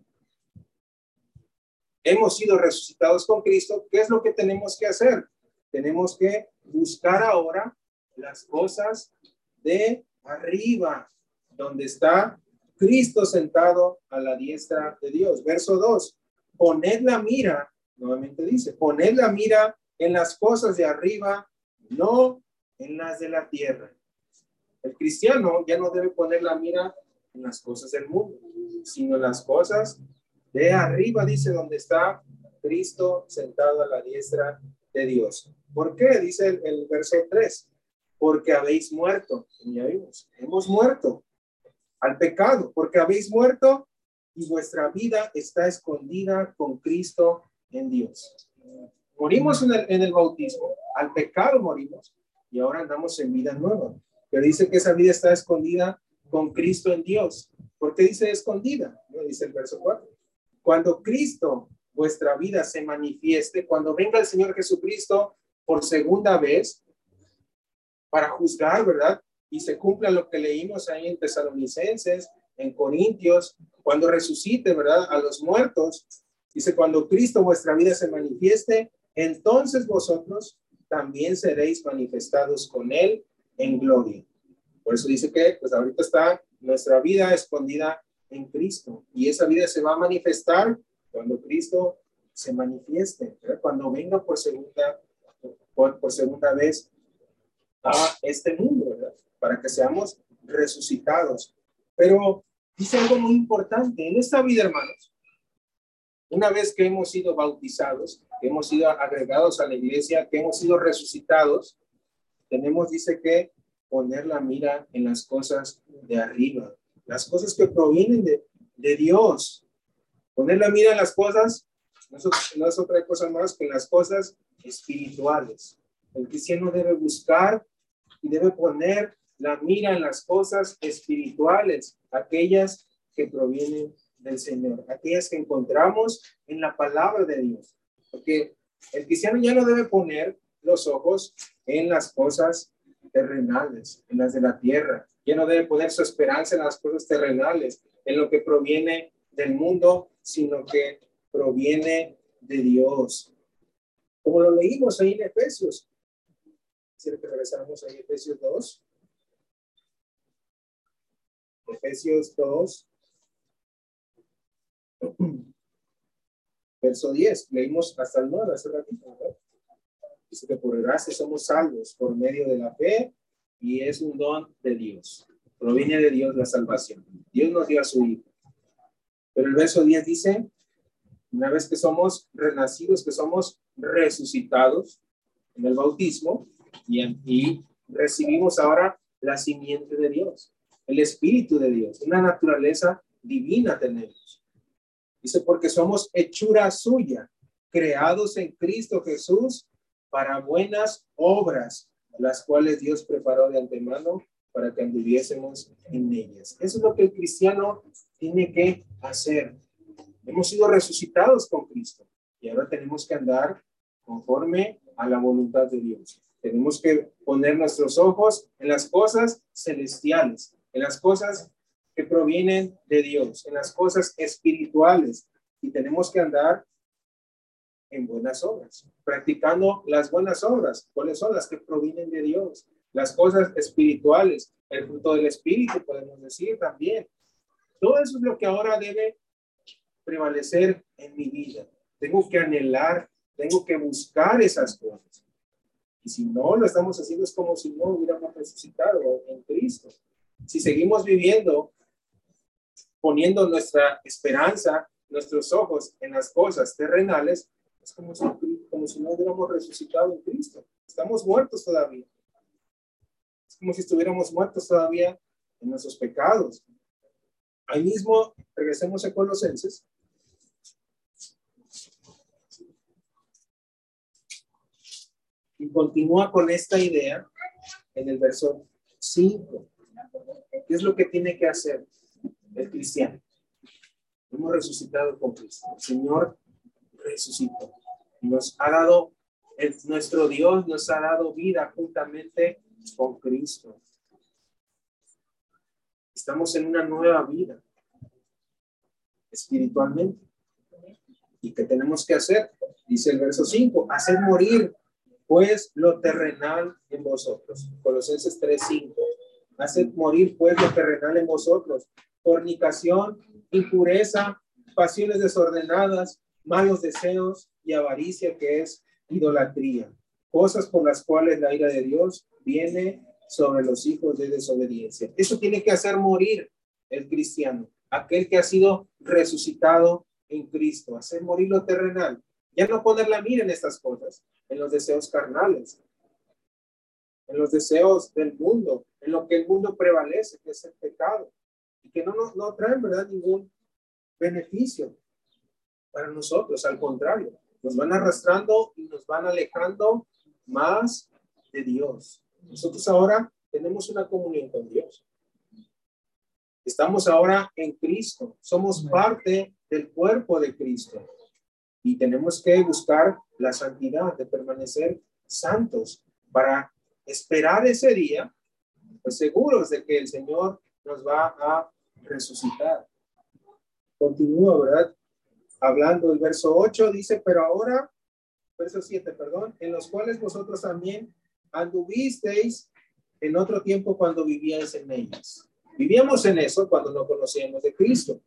hemos sido resucitados con Cristo. ¿Qué es lo que tenemos que hacer? Tenemos que buscar ahora las cosas de arriba, donde está Cristo sentado a la diestra de Dios. Verso 2. Poned la mira, nuevamente dice, poned la mira en las cosas de arriba, no en las de la tierra. El cristiano ya no debe poner la mira en las cosas del mundo, sino en las cosas de arriba, dice, donde está Cristo sentado a la diestra de Dios. ¿Por qué? Dice el verso 3. Porque habéis muerto. Y ya vimos, hemos muerto al pecado, porque habéis muerto y vuestra vida está escondida con Cristo en Dios. Morimos en el bautismo, al pecado morimos y ahora andamos en vida nueva. Pero dice que esa vida está escondida con Cristo en Dios. ¿Por qué dice escondida? ¿No? Dice el verso 4. Cuando Cristo, vuestra vida, se manifieste, cuando venga el Señor Jesucristo por segunda vez para juzgar, ¿verdad? Y se cumpla lo que leímos ahí en Tesalonicenses, en Corintios, cuando resucite, ¿verdad? A los muertos. Dice, cuando Cristo, vuestra vida, se manifieste, entonces vosotros también seréis manifestados con Él en gloria. Por eso dice que, pues ahorita está nuestra vida escondida en Cristo. Y esa vida se va a manifestar cuando Cristo se manifieste, ¿verdad? Cuando venga por segunda vez a este mundo, ¿verdad? Para que seamos resucitados. Pero dice algo muy importante. En esta vida, hermanos, una vez que hemos sido bautizados, que hemos sido agregados a la iglesia, que hemos sido resucitados, tenemos, dice que, poner la mira en las cosas de arriba, las cosas que provienen de Dios. Poner la mira en las cosas no es otra cosa más que en las cosas espirituales. El cristiano debe buscar y debe poner la mira en las cosas espirituales, aquellas que provienen del Señor, aquellas que encontramos en la palabra de Dios. Porque el cristiano ya no debe poner los ojos en las cosas terrenales, en las de la tierra. Ya no debe poner su esperanza en las cosas terrenales, en lo que proviene del mundo, sino que proviene de Dios. Como lo leímos ahí en Efesios. Quisiera que regresáramos ahí a Efesios 2. Efesios 2. Verso 10. Leímos hasta el 9 hace ratito, ¿verdad? Dice que por gracia somos salvos por medio de la fe y es un don de Dios. Proviene de Dios la salvación. Dios nos dio a su Hijo. Pero el verso 10 dice, una vez que somos renacidos, que somos resucitados en el bautismo y recibimos ahora la simiente de Dios, el Espíritu de Dios, una naturaleza divina tenemos. Dice, porque somos hechura suya, creados en Cristo Jesús para buenas obras, las cuales Dios preparó de antemano para que anduviésemos en ellas. Eso es lo que el cristiano tiene que hacer. Hemos sido resucitados con Cristo y ahora tenemos que andar conforme a la voluntad de Dios. Tenemos que poner nuestros ojos en las cosas celestiales, en las cosas que provienen de Dios, en las cosas espirituales, y tenemos que andar en buenas obras, practicando las buenas obras. ¿Cuáles son? Las que provienen de Dios, las cosas espirituales, el fruto del Espíritu, podemos decir también. Todo eso es lo que ahora debe prevalecer en mi vida. Tengo que anhelar, tengo que buscar esas cosas. Y si no lo estamos haciendo, es como si no hubiéramos resucitado en Cristo. Si seguimos viviendo poniendo nuestra esperanza, nuestros ojos en las cosas terrenales, es como si no hubiéramos resucitado en Cristo. Estamos muertos todavía. Es como si estuviéramos muertos todavía en nuestros pecados. Ahí mismo, regresemos a Colosenses. Y continúa con esta idea en el verso 5. ¿Qué es lo que tiene que hacer el cristiano? Hemos resucitado con Cristo. El Señor resucitó. Nos ha dado, nuestro Dios nos ha dado vida juntamente con Cristo. Estamos en una nueva vida espiritualmente. ¿Y qué tenemos que hacer? Dice el verso 5, hacer morir pues lo terrenal en vosotros. Colosenses 3:5. Haced morir pues lo terrenal en vosotros. Fornicación, impureza, pasiones desordenadas, malos deseos y avaricia, que es idolatría. Cosas por las cuales la ira de Dios viene sobre los hijos de desobediencia. Eso tiene que hacer morir el cristiano, aquel que ha sido resucitado en Cristo. Hacer morir lo terrenal. Ya no poner la mira en estas cosas, en los deseos carnales, en los deseos del mundo, en lo que el mundo prevalece, que es el pecado, y que no traen, ¿verdad?, ningún beneficio para nosotros. Al contrario, nos van arrastrando y nos van alejando más de Dios. Nosotros ahora tenemos una comunión con Dios. Estamos ahora en Cristo. Somos parte del cuerpo de Cristo. Y tenemos que buscar la santidad, de permanecer santos para esperar ese día, pues seguros de que el Señor nos va a resucitar. Continúa, ¿verdad? Hablando el verso 8, dice, pero ahora, verso 7, perdón, en los cuales vosotros también anduvisteis en otro tiempo cuando vivíais en ellas. Vivíamos en eso cuando no conocíamos de Cristo.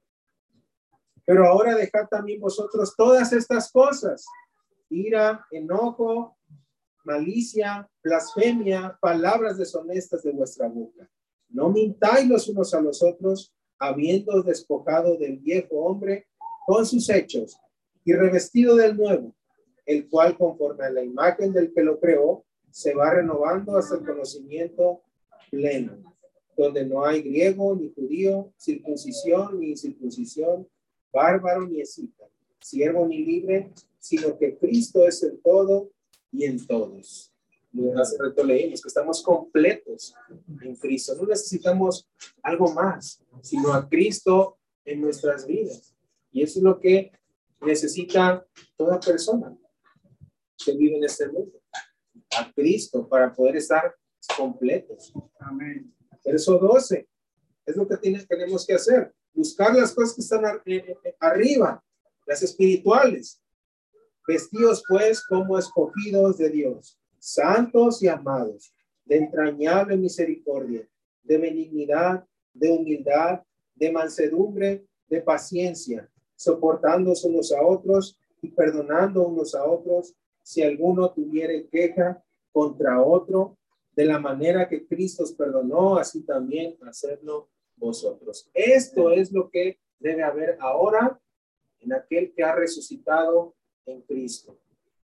Pero ahora dejad también vosotros todas estas cosas: ira, enojo, malicia, blasfemia, palabras deshonestas de vuestra boca. No mintáis los unos a los otros, habiendo despojado del viejo hombre con sus hechos y revestido del nuevo, el cual conforme a la imagen del que lo creó, se va renovando hasta el conocimiento pleno, donde no hay griego ni judío, circuncisión ni incircuncisión, bárbaro ni escita, siervo ni libre, sino que Cristo es el todo y en todos. Hace rato leímos que estamos completos en Cristo. No necesitamos algo más, sino a Cristo en nuestras vidas. Y eso es lo que necesita toda persona que vive en este mundo. A Cristo para poder estar completos. Amén. Verso 12. Es lo que tenemos que hacer. Buscar las cosas que están arriba, las espirituales. Vestidos pues como escogidos de Dios, santos y amados, de entrañable misericordia, de benignidad, de humildad, de mansedumbre, de paciencia, soportándose unos a otros y perdonando unos a otros, si alguno tuviere queja contra otro, de la manera que Cristo os perdonó, así también hacerlo vosotros. Esto es lo que debe haber ahora en aquel que ha resucitado en Cristo.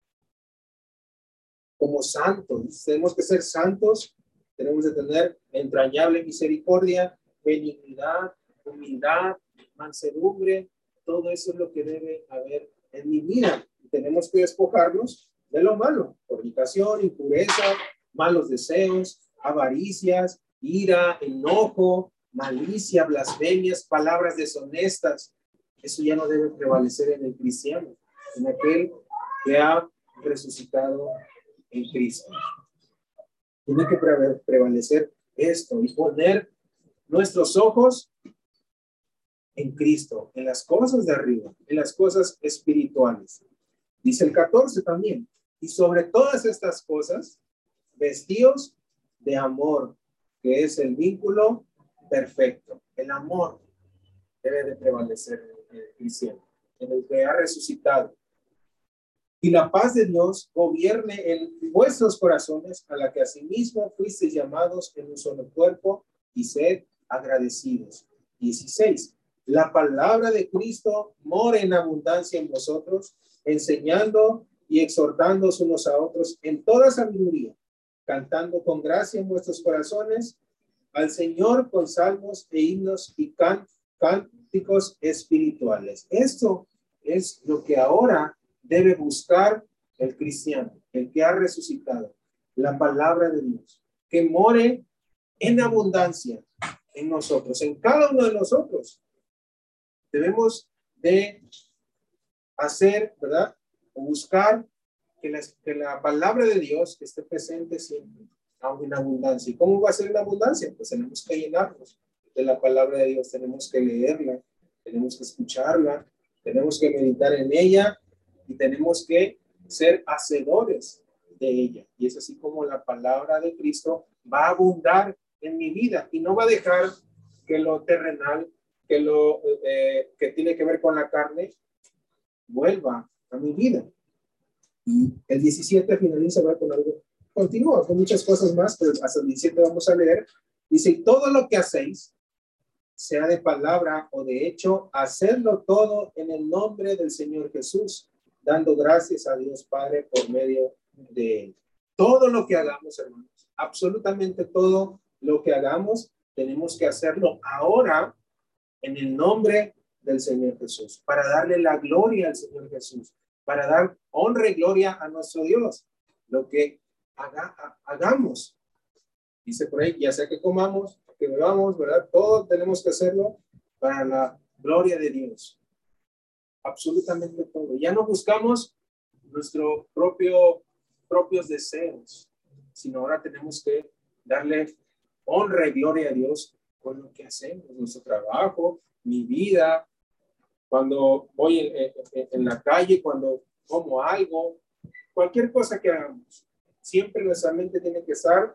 Como santos, tenemos que ser santos, tenemos que tener entrañable misericordia, benignidad, humildad, mansedumbre. Todo eso es lo que debe haber en mi vida. Tenemos que despojarnos de lo malo: fornicación, impureza, malos deseos, avaricias, ira, enojo, malicia, blasfemias, palabras deshonestas. Eso ya no debe prevalecer en el cristiano, en aquel que ha resucitado en Cristo. Tiene que prevalecer esto y poner nuestros ojos en Cristo, en las cosas de arriba, en las cosas espirituales. Dice el 14 también, y sobre todas estas cosas, vestidos de amor, que es el vínculo perfecto. El amor debe de prevalecer en el cristiano, en el que ha resucitado. Y la paz de Dios gobierne en vuestros corazones, a la que asimismo fuisteis llamados en un solo cuerpo, y sed agradecidos. 16. La palabra de Cristo more en abundancia en vosotros, enseñando y exhortándoos unos a otros en toda sabiduría, cantando con gracia en vuestros corazones al Señor con salmos e himnos y cánticos espirituales. Esto es lo que ahora debe buscar el cristiano, el que ha resucitado, la palabra de Dios, que more en abundancia en nosotros, en cada uno de nosotros. Debemos de hacer, ¿verdad? O buscar que la palabra de Dios esté presente siempre, aunque en abundancia. ¿Y cómo va a ser en abundancia? Pues tenemos que llenarnos de la palabra de Dios, tenemos que leerla, tenemos que escucharla, tenemos que meditar en ella y tenemos que ser hacedores de ella. Y es así como la palabra de Cristo va a abundar en mi vida y no va a dejar que lo terrenal, que tiene que ver con la carne, vuelva a mi vida. Y el 17 finaliza, ¿verdad? Con algo, continúa con muchas cosas más, pero hasta el 17 vamos a leer. Dice, y todo lo que hacéis, sea de palabra o de hecho, hacedlo todo en el nombre del Señor Jesús, dando gracias a Dios Padre por medio de él. Todo lo que hagamos, hermanos, absolutamente todo lo que hagamos, tenemos que hacerlo ahora en el nombre del Señor Jesús, para darle la gloria al Señor Jesús, para dar honra y gloria a nuestro Dios. Lo que hagamos, dice por ahí, ya sea que comamos, que bebamos, ¿verdad? Todo tenemos que hacerlo para la gloria de Dios. Absolutamente todo. Ya no buscamos nuestros propios deseos, sino ahora tenemos que darle honra y gloria a Dios con lo que hacemos, nuestro trabajo, mi vida, cuando voy en la calle, cuando como algo, cualquier cosa que hagamos. Siempre nuestra mente tiene que estar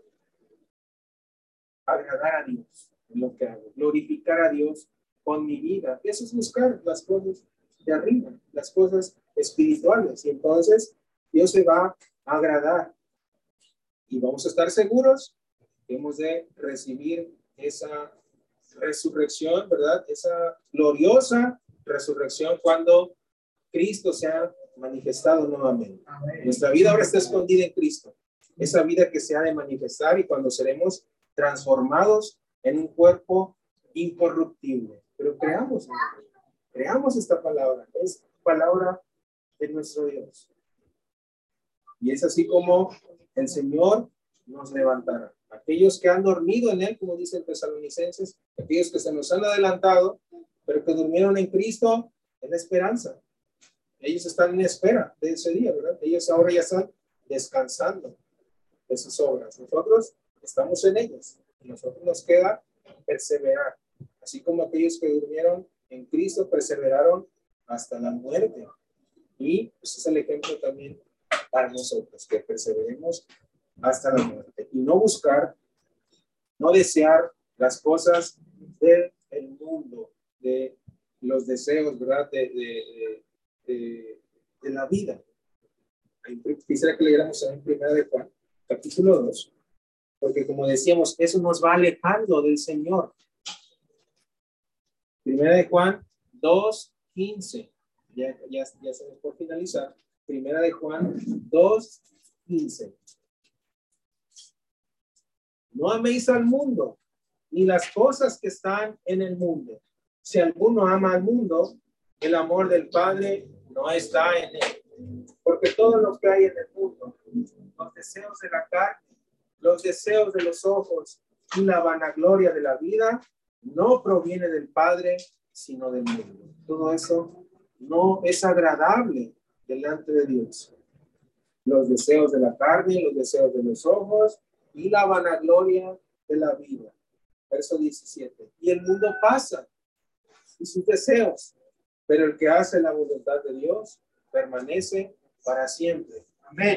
agradar a Dios en lo que hago, glorificar a Dios con mi vida. Eso es buscar las cosas de arriba, las cosas espirituales. Y entonces Dios se va a agradar. Y vamos a estar seguros que hemos de recibir esa resurrección, ¿verdad? Esa gloriosa resurrección cuando Cristo se ha manifestado nuevamente. Amén. Nuestra vida ahora está escondida en Cristo. Esa vida que se ha de manifestar y cuando seremos transformados en un cuerpo incorruptible. Pero creamos esta palabra. Es palabra de nuestro Dios. Y es así como el Señor nos levantará. Aquellos que han dormido en Él, como dicen Tesalonicenses, aquellos que se nos han adelantado, pero que durmieron en Cristo, en la esperanza. Ellos están en espera de ese día, ¿verdad? Ellos ahora ya están descansando de sus obras. Nosotros estamos en ellas. Y nosotros nos queda perseverar. Así como aquellos que durmieron en Cristo perseveraron hasta la muerte. Y pues es el ejemplo también para nosotros, que perseveremos hasta la muerte. Y no buscar, no desear las cosas del mundo, de los deseos, ¿verdad? De la vida. Quisiera que leyéramos en 1 de Juan, capítulo 2, porque como decíamos, eso nos va alejando del Señor. 1 de Juan 2:15. Ya estamos por finalizar. 1 de Juan 2:15. No améis al mundo, ni las cosas que están en el mundo. Si alguno ama al mundo, el amor del Padre no está en él. Porque todo lo que hay en el mundo, los deseos de la carne, los deseos de los ojos y la vanagloria de la vida, no proviene del Padre, sino del mundo. Todo eso no es agradable delante de Dios. Los deseos de la carne, los deseos de los ojos y la vanagloria de la vida. Verso 17. Y el mundo pasa y sus deseos, pero el que hace la voluntad de Dios permanece para siempre. Amén.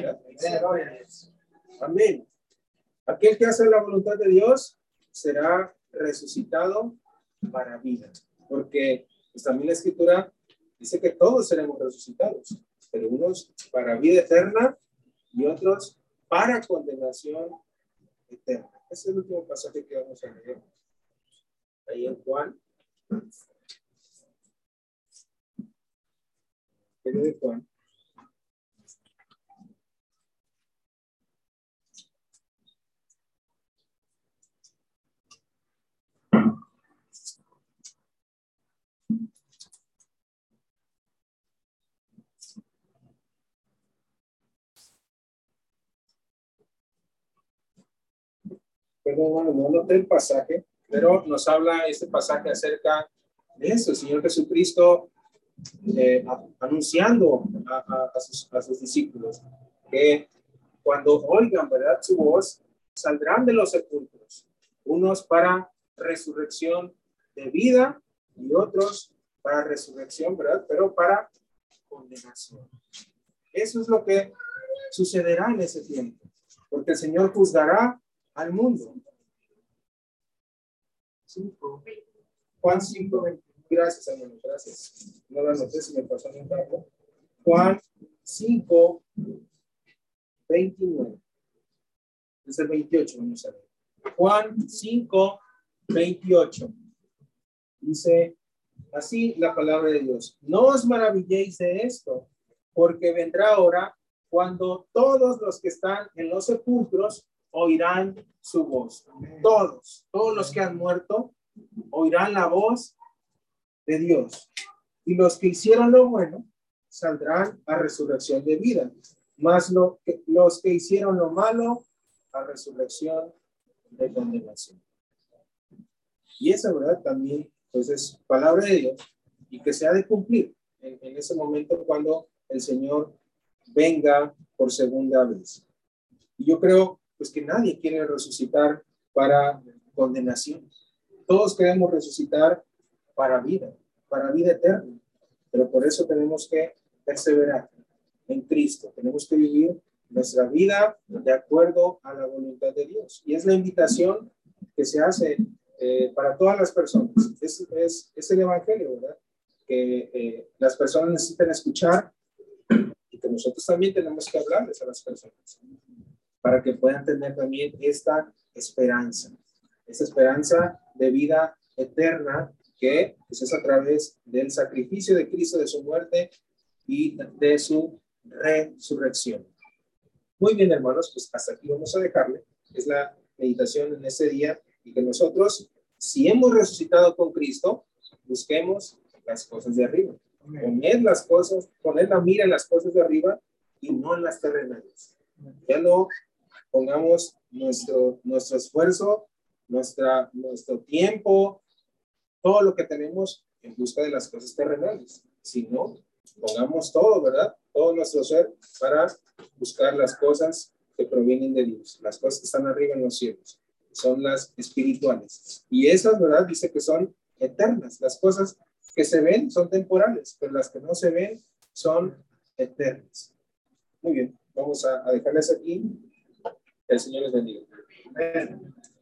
Amén. Aquel que hace la voluntad de Dios será resucitado para vida. Porque pues, también la Escritura dice que todos seremos resucitados, pero unos para vida eterna y otros para condenación eterna. Ese es el último pasaje que vamos a leer. Ahí en Juan. De Juan. Perdón, bueno, no noté el pasaje, pero nos habla este pasaje acerca de eso, el Señor Jesucristo anunciando a sus discípulos que cuando oigan, ¿verdad?, su voz, saldrán de los sepulcros, unos para resurrección de vida y otros para resurrección, ¿verdad?, pero para condenación. Eso es lo que sucederá en ese tiempo, porque el Señor juzgará al mundo. Juan 5, 20. Gracias, hermano, gracias. No lo anoté, si me pasó un rato. Juan 5, 29. Es el 28, vamos a ver. Juan 5, 28. Dice así la palabra de Dios. No os maravilléis de esto, porque vendrá hora cuando todos los que están en los sepulcros oirán su voz. Todos los que han muerto oirán la voz de Dios. Y los que hicieron lo bueno saldrán a resurrección de vida. Mas los que hicieron lo malo a resurrección de condenación. Y esa verdad también pues es palabra de Dios y que se ha de cumplir en ese momento cuando el Señor venga por segunda vez. Y yo creo pues que nadie quiere resucitar para condenación. Todos queremos resucitar para vida eterna. Pero por eso tenemos que perseverar en Cristo. Tenemos que vivir nuestra vida de acuerdo a la voluntad de Dios. Y es la invitación que se hace para todas las personas. Es el evangelio, ¿verdad? Que las personas necesitan escuchar y que nosotros también tenemos que hablarles a las personas para que puedan tener también esta esperanza de vida eterna que pues, es a través del sacrificio de Cristo, de su muerte y de su resurrección. Muy bien, hermanos, pues hasta aquí vamos a dejarle. Es la meditación en ese día y que nosotros, si hemos resucitado con Cristo, busquemos las cosas de arriba. Poner la mira en las cosas de arriba y no en las terrenales. Ya no pongamos nuestro esfuerzo, nuestro tiempo, todo lo que tenemos en busca de las cosas terrenales. Si no, pongamos todo, ¿verdad? Todo nuestro ser para buscar las cosas que provienen de Dios, las cosas que están arriba en los cielos, son las espirituales. Y esas, ¿verdad? Dice que son eternas. Las cosas que se ven son temporales, pero las que no se ven son eternas. Muy bien, vamos a dejarles aquí. El Señor les bendiga. Amén.